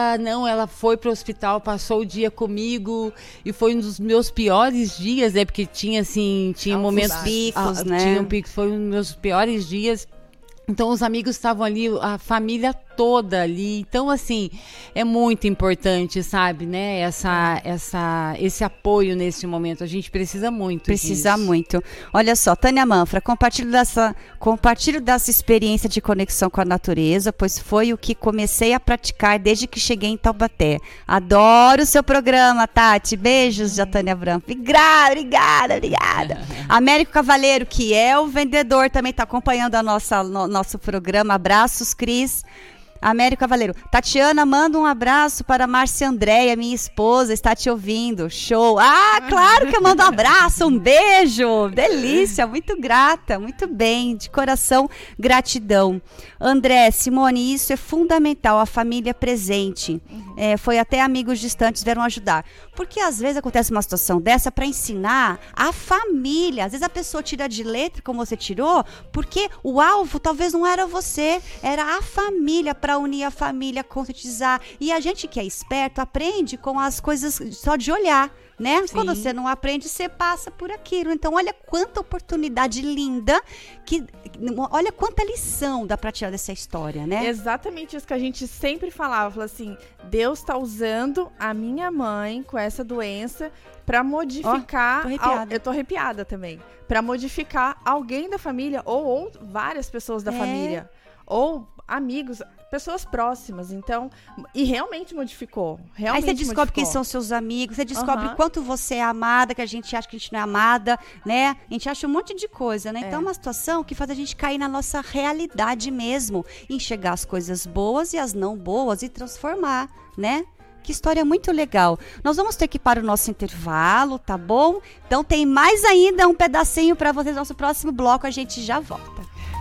ela não, ela foi pro hospital, passou o dia comigo e foi um dos meus piores dias, né? Porque tinha assim, tinha Altos momentos picos, ah, né? Tinha um pico, foi um dos meus piores dias. Então, os amigos estavam ali, a família toda ali. Então, assim, é muito importante, sabe, né? Essa, essa, esse apoio nesse momento. A gente precisa muito Precisa disso. muito. Olha só, Tânia Manfra, compartilho dessa, compartilho dessa experiência de conexão com a natureza, pois foi o que comecei a praticar desde que cheguei em Taubaté. Adoro o seu programa, Tati. Beijos, da Tânia Branco. Obrigada, obrigada, obrigada. Américo Cavaleiro, que é o vendedor, também está acompanhando a nossa... No, nosso programa. Abraços, Cris. Américo Cavaleiro. Tatiana, manda um abraço para Márcia Andréia, minha esposa, está te ouvindo. Show. Ah, claro que eu mando um abraço, um beijo. Delícia, muito grata, muito bem. De coração, gratidão. André, Simone, isso é fundamental, a família presente. Uhum. É, foi até amigos distantes vieram ajudar. Porque às vezes acontece uma situação dessa para ensinar a família. Às vezes a pessoa tira de letra, como você tirou, porque o alvo talvez não era você, era a família, para unir a família, conscientizar. E a gente que é esperto aprende com as coisas só de olhar, né? Sim. Quando você não aprende, você passa por aquilo. Então, olha quanta oportunidade linda, que, olha quanta lição dá para tirar dessa história, né? Exatamente isso que a gente sempre falava. Falava assim, Deus está usando a minha mãe com essa doença para modificar... Oh, tô arrepiada. Al, eu tô arrepiada também. Para modificar alguém da família ou, ou várias pessoas da é. família. Ou amigos, pessoas próximas, então, e realmente modificou, realmente Aí você descobre modificou. Quem são seus amigos, você descobre Uhum. quanto você é amada, que a gente acha que a gente não é amada, né? A gente acha um monte de coisa, né? É. Então é uma situação que faz a gente cair na nossa realidade mesmo, enxergar as coisas boas e as não boas e transformar, né? Que história muito legal. Nós vamos ter que ir para o nosso intervalo, tá bom? Então tem mais ainda um pedacinho para vocês no nosso próximo bloco, a gente já volta.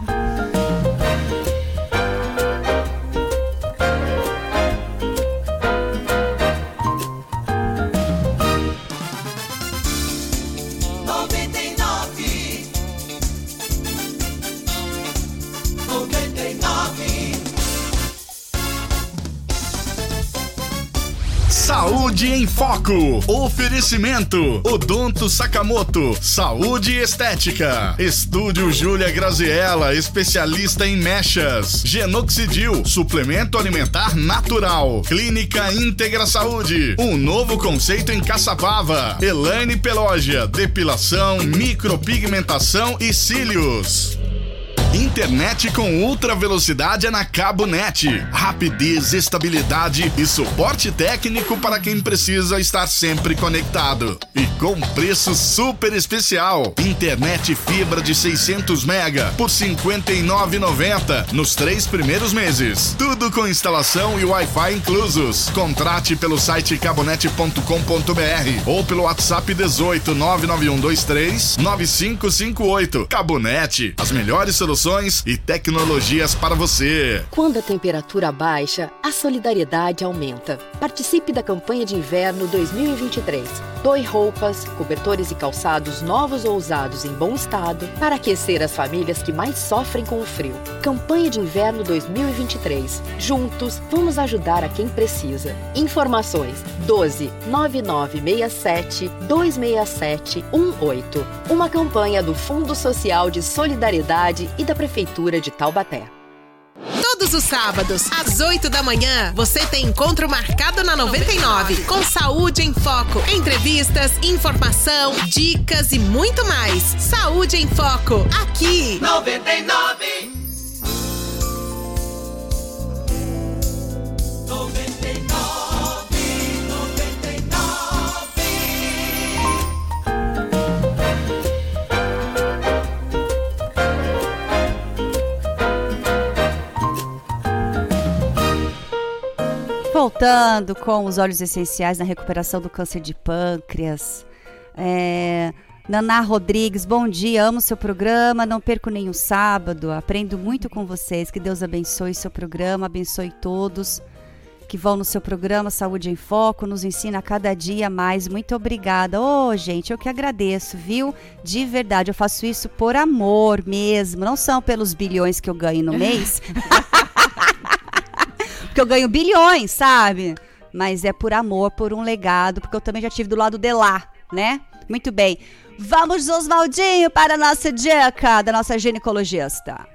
Saúde em Foco. Oferecimento Odonto Sakamoto. Saúde e Estética. Estúdio Júlia Graziella, especialista em mechas. Genoxidil, suplemento alimentar natural. Clínica Íntegra Saúde. Um novo conceito em Caçapava. Elaine Pelógia, depilação, micropigmentação e cílios. Internet com ultra velocidade é na CaboNet. Rapidez, estabilidade e suporte técnico para quem precisa estar sempre conectado. E com preço super especial. Internet fibra de seiscentos mega por cinquenta e nove reais e noventa centavos nos três primeiros meses. Tudo com instalação e Wi-Fi inclusos. Contrate pelo site cabonet ponto com ponto br ou pelo WhatsApp dezoito, nove nove um dois três, nove cinco cinco oito. CaboNet, as melhores soluções e tecnologias para você. Quando a temperatura baixa, a solidariedade aumenta. Participe da campanha de inverno dois mil e vinte e três. Doe roupas, cobertores e calçados novos ou usados em bom estado para aquecer as famílias que mais sofrem com o frio. Campanha de inverno dois mil e vinte e três. Juntos, vamos ajudar a quem precisa. Informações doze, nove nove seis sete, dois seis sete um oito. Uma campanha do Fundo Social de Solidariedade e da Prefeitura de Taubaté. Todos os sábados, às oito da manhã, você tem encontro marcado na noventa e nove, com Saúde em Foco. Entrevistas, informação, dicas e muito mais. Saúde em Foco, aqui. noventa e nove. noventa e nove, noventa e nove. Voltando com os óleos essenciais na recuperação do câncer de pâncreas. É, Naná Rodrigues, bom dia, amo seu programa, não perco nenhum sábado, aprendo muito com vocês, que Deus abençoe seu programa, abençoe todos que vão no seu programa Saúde em Foco, nos ensina a cada dia mais, muito obrigada. Ô, oh, gente, eu que agradeço, viu? De verdade, eu faço isso por amor mesmo, não são pelos bilhões que eu ganho no mês. porque eu ganho bilhões, sabe? Mas é por amor, por um legado, porque eu também já tive do lado de lá, né? Muito bem. Vamos, Oswaldinho, para a nossa dica da nossa ginecologista.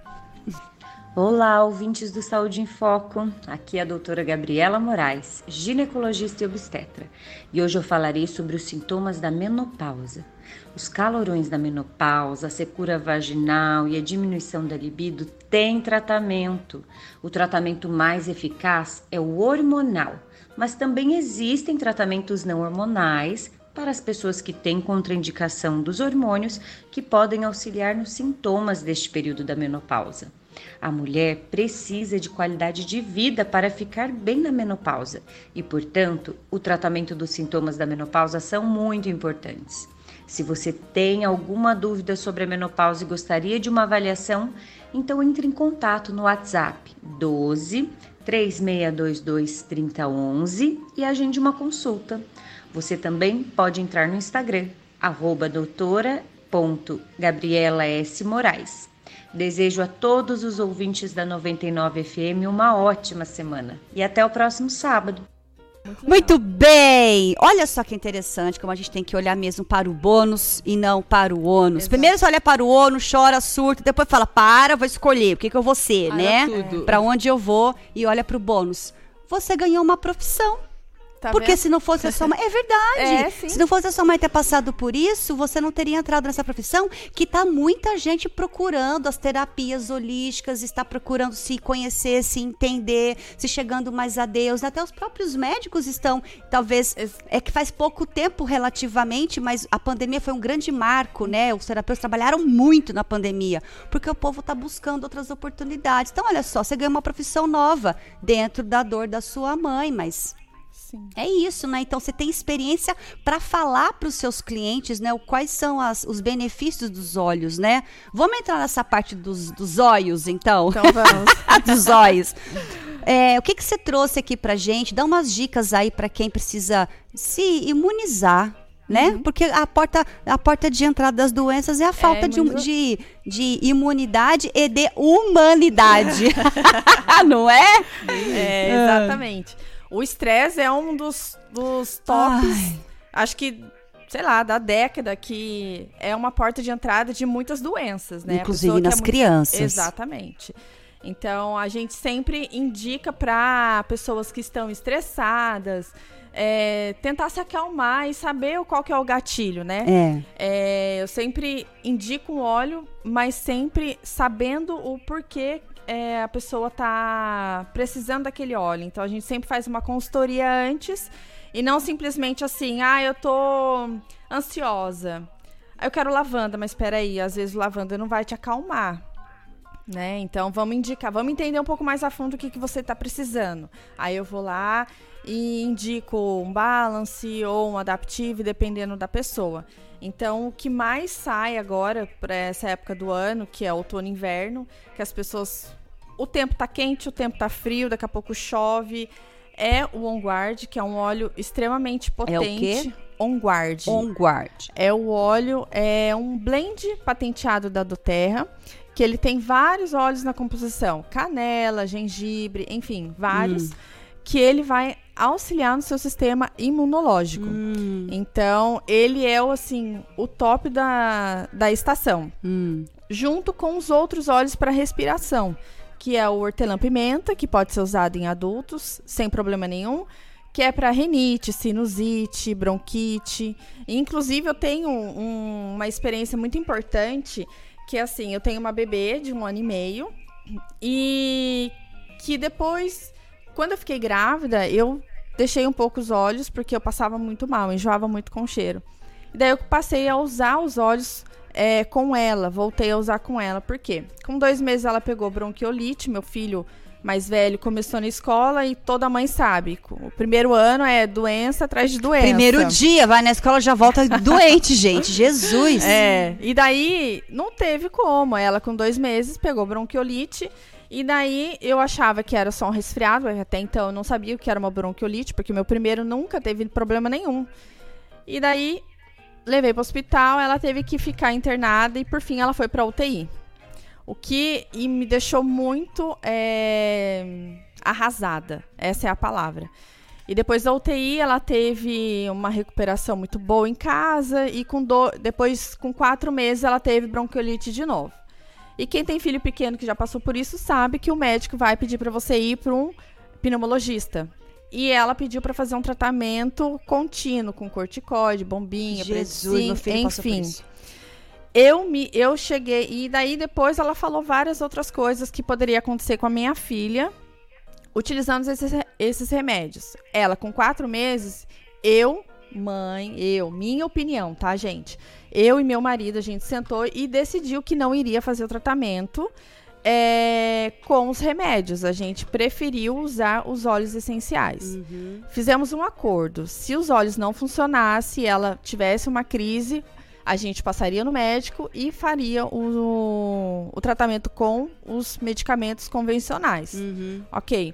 Olá, ouvintes do Saúde em Foco. Aqui é a doutora Gabriela Moraes, ginecologista e obstetra. E hoje eu falarei sobre os sintomas da menopausa. Os calorões da menopausa, a secura vaginal e a diminuição da libido têm tratamento. O tratamento mais eficaz é o hormonal, mas também existem tratamentos não hormonais para as pessoas que têm contraindicação dos hormônios que podem auxiliar nos sintomas deste período da menopausa. A mulher precisa de qualidade de vida para ficar bem na menopausa e, portanto, o tratamento dos sintomas da menopausa são muito importantes. Se você tem alguma dúvida sobre a menopausa e gostaria de uma avaliação, então entre em contato no WhatsApp doze, três seis dois dois, três zero um um e agende uma consulta. Você também pode entrar no Instagram, arroba doutora ponto gabriela s moraes. Desejo a todos os ouvintes da noventa e nove F M uma ótima semana e até o próximo sábado. Muito, Muito bem! Olha só que interessante como a gente tem que olhar mesmo para o bônus e não para o ônus. Exato. Primeiro você olha para o ônus, chora, surta, depois fala, para, vou escolher o que, que eu vou ser, ah, né? Para onde eu vou e olha para o bônus. Você ganhou uma profissão. Tá Porque vendo? Se não fosse a sua mãe... É verdade. É, se não fosse a sua mãe ter passado por isso, você não teria entrado nessa profissão que tá muita gente procurando as terapias holísticas, está procurando se conhecer, se entender, se chegando mais a Deus. Até os próprios médicos estão, talvez... É que faz pouco tempo relativamente, mas a pandemia foi um grande marco, né? Os terapeutas trabalharam muito na pandemia, porque o povo tá buscando outras oportunidades. Então, olha só, você ganha uma profissão nova dentro da dor da sua mãe, mas... Sim. É isso, né? Então você tem experiência para falar para os seus clientes, né? O, quais são as, os benefícios dos olhos, né? Vamos entrar nessa parte dos, dos olhos, então? Então vamos. Dos olhos. É, o que, que você trouxe aqui pra gente? Dá umas dicas aí para quem precisa se imunizar, né? Uhum. Porque a porta, a porta de entrada das doenças é a falta é, de, de, de imunidade e de humanidade. Não é? É, exatamente. O estresse é um dos, dos tops, Ai. acho que, sei lá, da década, que é uma porta de entrada de muitas doenças, né? Inclusive nas é muito... crianças. Exatamente. Então, a gente sempre indica para pessoas que estão estressadas, é, tentar se acalmar e saber qual que é o gatilho, né? É. É, eu sempre indico o óleo, mas sempre sabendo o porquê É, a pessoa tá precisando daquele óleo. Então a gente sempre faz uma consultoria antes e não simplesmente assim, ah, eu tô ansiosa, eu quero lavanda, mas espera aí, às vezes o lavanda não vai te acalmar, né? Então vamos indicar, vamos entender um pouco mais a fundo o que, que você tá precisando. Aí eu vou lá e indico um balance ou um adaptive, dependendo da pessoa. Então, o que mais sai agora para essa época do ano, que é outono e inverno, que as pessoas... O tempo tá quente, o tempo tá frio, daqui a pouco chove. É o On Guard, que é um óleo extremamente potente. É o quê? On Guard. On Guard. É o óleo, é um blend patenteado da doTERRA, que ele tem vários óleos na composição. Canela, gengibre, enfim, vários. Hum. Que ele vai auxiliar no seu sistema imunológico. Hum. Então, ele é, assim, o top da, da estação. Hum. Junto com os outros óleos para respiração, que é o hortelã-pimenta, que pode ser usado em adultos, sem problema nenhum, que é para rinite, sinusite, bronquite. Inclusive, eu tenho um, uma experiência muito importante, que é assim, eu tenho uma bebê de um ano e meio, e que depois... Quando eu fiquei grávida, eu deixei um pouco os óleos, porque eu passava muito mal, enjoava muito com o cheiro. E daí eu passei a usar os óleos é, com ela, voltei a usar com ela. Por quê? Com dois meses ela pegou bronquiolite, meu filho mais velho começou na escola e toda mãe sabe. O primeiro ano é doença atrás de doença. Primeiro dia, vai na escola, já volta doente, gente. Jesus! É, e daí não teve como. Ela com dois meses pegou bronquiolite. E daí eu achava que era só um resfriado, até então eu não sabia o que era uma bronquiolite, porque meu primeiro nunca teve problema nenhum. E daí levei para o hospital, ela teve que ficar internada e por fim ela foi para U T I. O que e me deixou muito é, arrasada, essa é a palavra. E depois da U T I, ela teve uma recuperação muito boa em casa e com do, depois, com quatro meses, ela teve bronquiolite de novo. E quem tem filho pequeno que já passou por isso sabe que o médico vai pedir para você ir para um pneumologista. E ela pediu para fazer um tratamento contínuo, com corticoide, bombinha, Jesus, meu filho passou por enfim. isso. Eu, me, eu cheguei, e daí depois ela falou várias outras coisas que poderia acontecer com a minha filha, utilizando esses, esses remédios. Ela, com quatro meses, eu, mãe, eu, minha opinião, tá, gente? Eu e meu marido, a gente sentou e decidiu que não iria fazer o tratamento é, com os remédios. A gente preferiu usar os óleos essenciais. Uhum. Fizemos um acordo. Se os óleos não funcionassem, ela tivesse uma crise, a gente passaria no médico e faria o, o tratamento com os medicamentos convencionais. Uhum. Ok.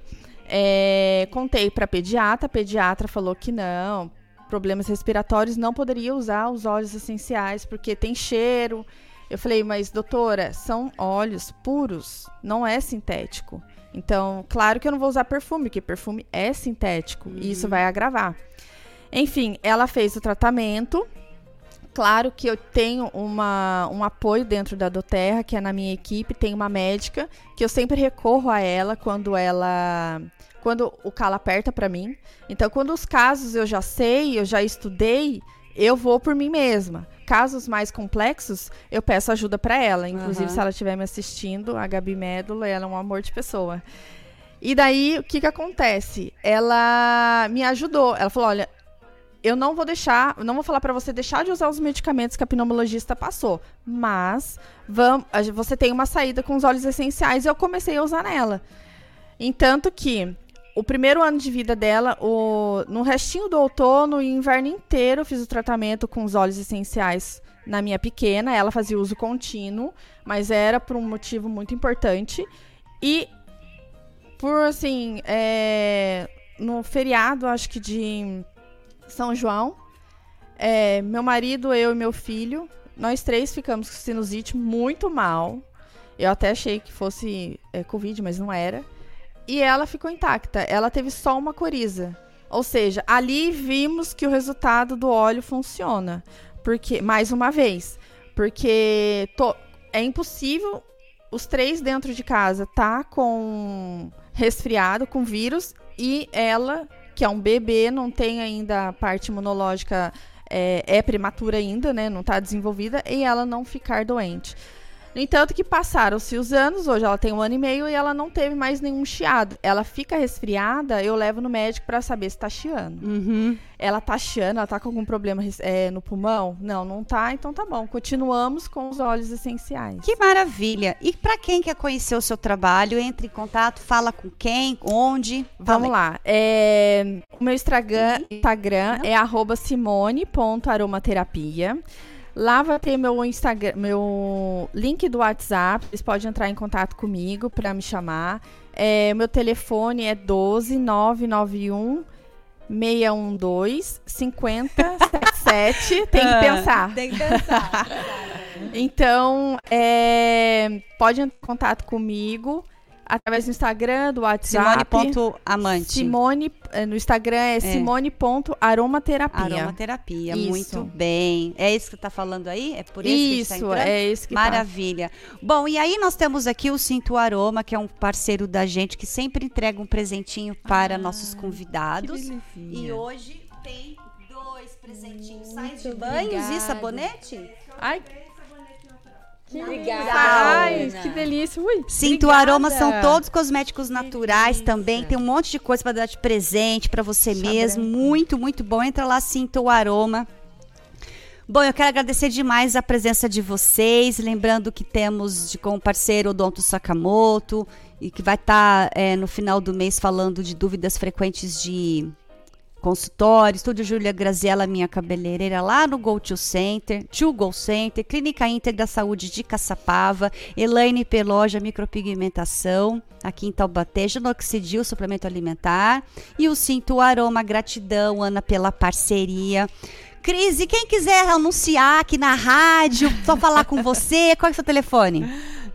É, contei para a pediatra, a pediatra falou que não, problemas respiratórios, não poderia usar os óleos essenciais porque tem cheiro. Eu falei, mas doutora, são óleos puros, não é sintético. Então, claro que eu não vou usar perfume, porque perfume é sintético, uhum. e isso vai agravar. Enfim, ela fez o tratamento. Claro que eu tenho uma, um apoio dentro da Doterra, que é na minha equipe, tem uma médica, que eu sempre recorro a ela quando ela... quando o calo aperta para mim. Então, quando os casos eu já sei, eu já estudei, eu vou por mim mesma. Casos mais complexos, eu peço ajuda para ela. Inclusive, uhum. se ela estiver me assistindo, a Gabi Médula, ela é um amor de pessoa. E daí, o que que acontece? Ela me ajudou. Ela falou, olha, eu não vou deixar, não vou falar para você deixar de usar os medicamentos que a pneumologista passou, mas vamos, você tem uma saída com os óleos essenciais. E eu comecei a usar nela. Entanto que o primeiro ano de vida dela, o, no restinho do outono e inverno inteiro, eu fiz o tratamento com os óleos essenciais na minha pequena. Ela fazia uso contínuo, mas era por um motivo muito importante. E por, assim, é, no feriado, acho que de São João, é, meu marido, eu e meu filho, nós três ficamos com sinusite muito mal. Eu até achei que fosse é, Covid, mas não era. E ela ficou intacta. Ela teve só uma coriza. Ou seja, ali vimos que o resultado do óleo funciona. Porque, mais uma vez, porque to, é impossível os três dentro de casa tá com resfriado, com vírus, e ela, que é um bebê, não tem ainda a parte imunológica, é, é prematura ainda, né? Não está desenvolvida, e ela não ficar doente. No entanto que passaram-se os anos, hoje ela tem um ano e meio e ela não teve mais nenhum chiado. Ela fica resfriada, eu levo no médico para saber se está chiando. Uhum. Ela tá chiando, ela tá com algum problema é, no pulmão? Não, não tá, então tá bom. Continuamos com os óleos essenciais. Que maravilha! E para quem quer conhecer o seu trabalho, entre em contato, fala com quem, onde? Vamos lá. É, o meu Instagram, Instagram é arroba simone ponto aromaterapia. Lá vai ter meu Instagram, meu link do WhatsApp. Vocês podem entrar em contato comigo para me chamar. É, meu telefone é doze nove nove um seis um dois cinco zero sete sete. Tem que pensar. Tem que pensar. Então, é, pode entrar em contato comigo através do Instagram, do WhatsApp. Simone.amante. Simone, no Instagram é, é. simone.aromaterapia. Aromaterapia, isso. Muito bem. É isso que você está falando aí? É por isso, isso que está entrando? É isso que Maravilha. Tá. Bom, e aí nós temos aqui o Sinto Aroma, que é um parceiro da gente, que sempre entrega um presentinho para ah, nossos convidados. E hoje tem dois presentinhos. Sais de banhos e sabonete? Ai, Que Obrigada. Ai, que delícia. Ui, Sinto o Aroma, são todos cosméticos naturais também. Tem um monte de coisa para dar de presente para você Chá mesmo. Branco. Muito, muito bom. Entra lá, Sinto o Aroma. Bom, eu quero agradecer demais a presença de vocês. Lembrando que temos de, como parceiro o Odonto Sakamoto, e que vai estar tá, é, no final do mês falando de dúvidas frequentes de consultório. Estúdio Júlia Graziella, minha cabeleireira, lá no Go To Center, To Go Center, Clínica Íntegra Saúde de Caçapava, Elaine Peloja, micropigmentação, aqui em Taubaté, Genoxidil, suplemento alimentar, e o Sinto Aroma. Gratidão, Ana, pela parceria. Cris, e quem quiser anunciar aqui na rádio, só falar com você, qual é o seu telefone?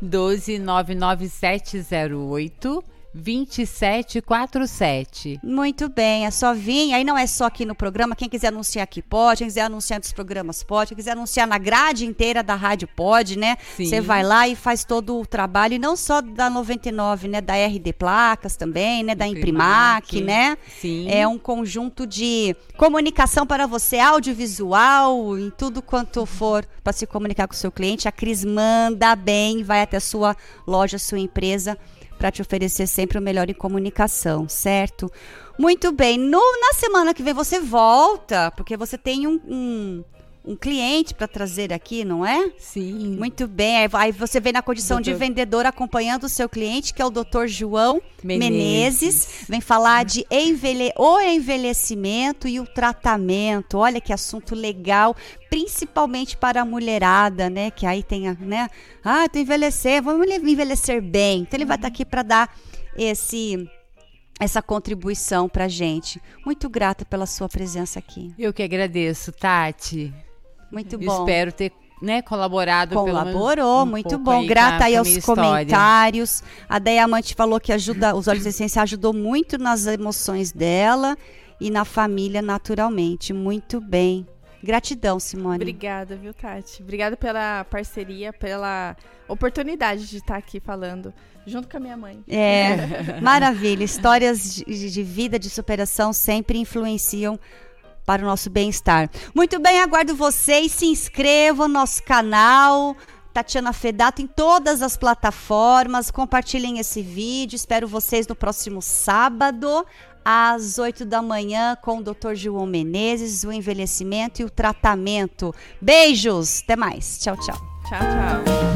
doze nove nove sete zero oito dois sete quatro sete. Muito bem, é só vir. Aí não é só aqui no programa. Quem quiser anunciar aqui pode, quem quiser anunciar nos programas pode, quem quiser anunciar na grade inteira da rádio pode, né? Você vai lá e faz todo o trabalho, e não só da noventa e nove, né? Da R D Placas também, né? Da Imprimac, né? Sim. É um conjunto de comunicação para você, audiovisual, em tudo quanto for para se comunicar com o seu cliente. A Cris manda bem, vai até a sua loja, sua empresa, para te oferecer sempre o melhor em comunicação, certo? Muito bem. No, na semana que vem você volta, porque você tem um, um, um cliente para trazer aqui, não é? Sim. Muito bem. Aí, aí você vem na condição doutor... de vendedor acompanhando o seu cliente, que é o doutor João Menezes. Menezes. Vem falar de envelhe... o envelhecimento e o tratamento. Olha que assunto legal, principalmente para a mulherada, né? Que aí tem a, né? Ah, tu envelhecer, vamos envelhecer bem. Então ele vai estar aqui para dar esse, essa contribuição pra gente. Muito grata pela sua presença aqui. Eu que agradeço, Tati. Muito bom. Espero ter, né, colaborado. Colaborou, um muito bom. Aí Grata aí aos comentários. A Diamante falou que ajuda, os óleos essenciais ajudou muito nas emoções dela e na família naturalmente. Muito bem. Gratidão, Simone. Obrigada, viu, Tati? Obrigada pela parceria, pela oportunidade de estar aqui falando junto com a minha mãe. É, maravilha. Histórias de, de vida, de superação sempre influenciam para o nosso bem-estar. Muito bem, aguardo vocês. Se inscrevam no nosso canal Tatiana Fedato em todas as plataformas. Compartilhem esse vídeo. Espero vocês no próximo sábado, às oito da manhã, com o doutor João Menezes, o envelhecimento e o tratamento. Beijos, até mais. Tchau, tchau. Tchau, tchau.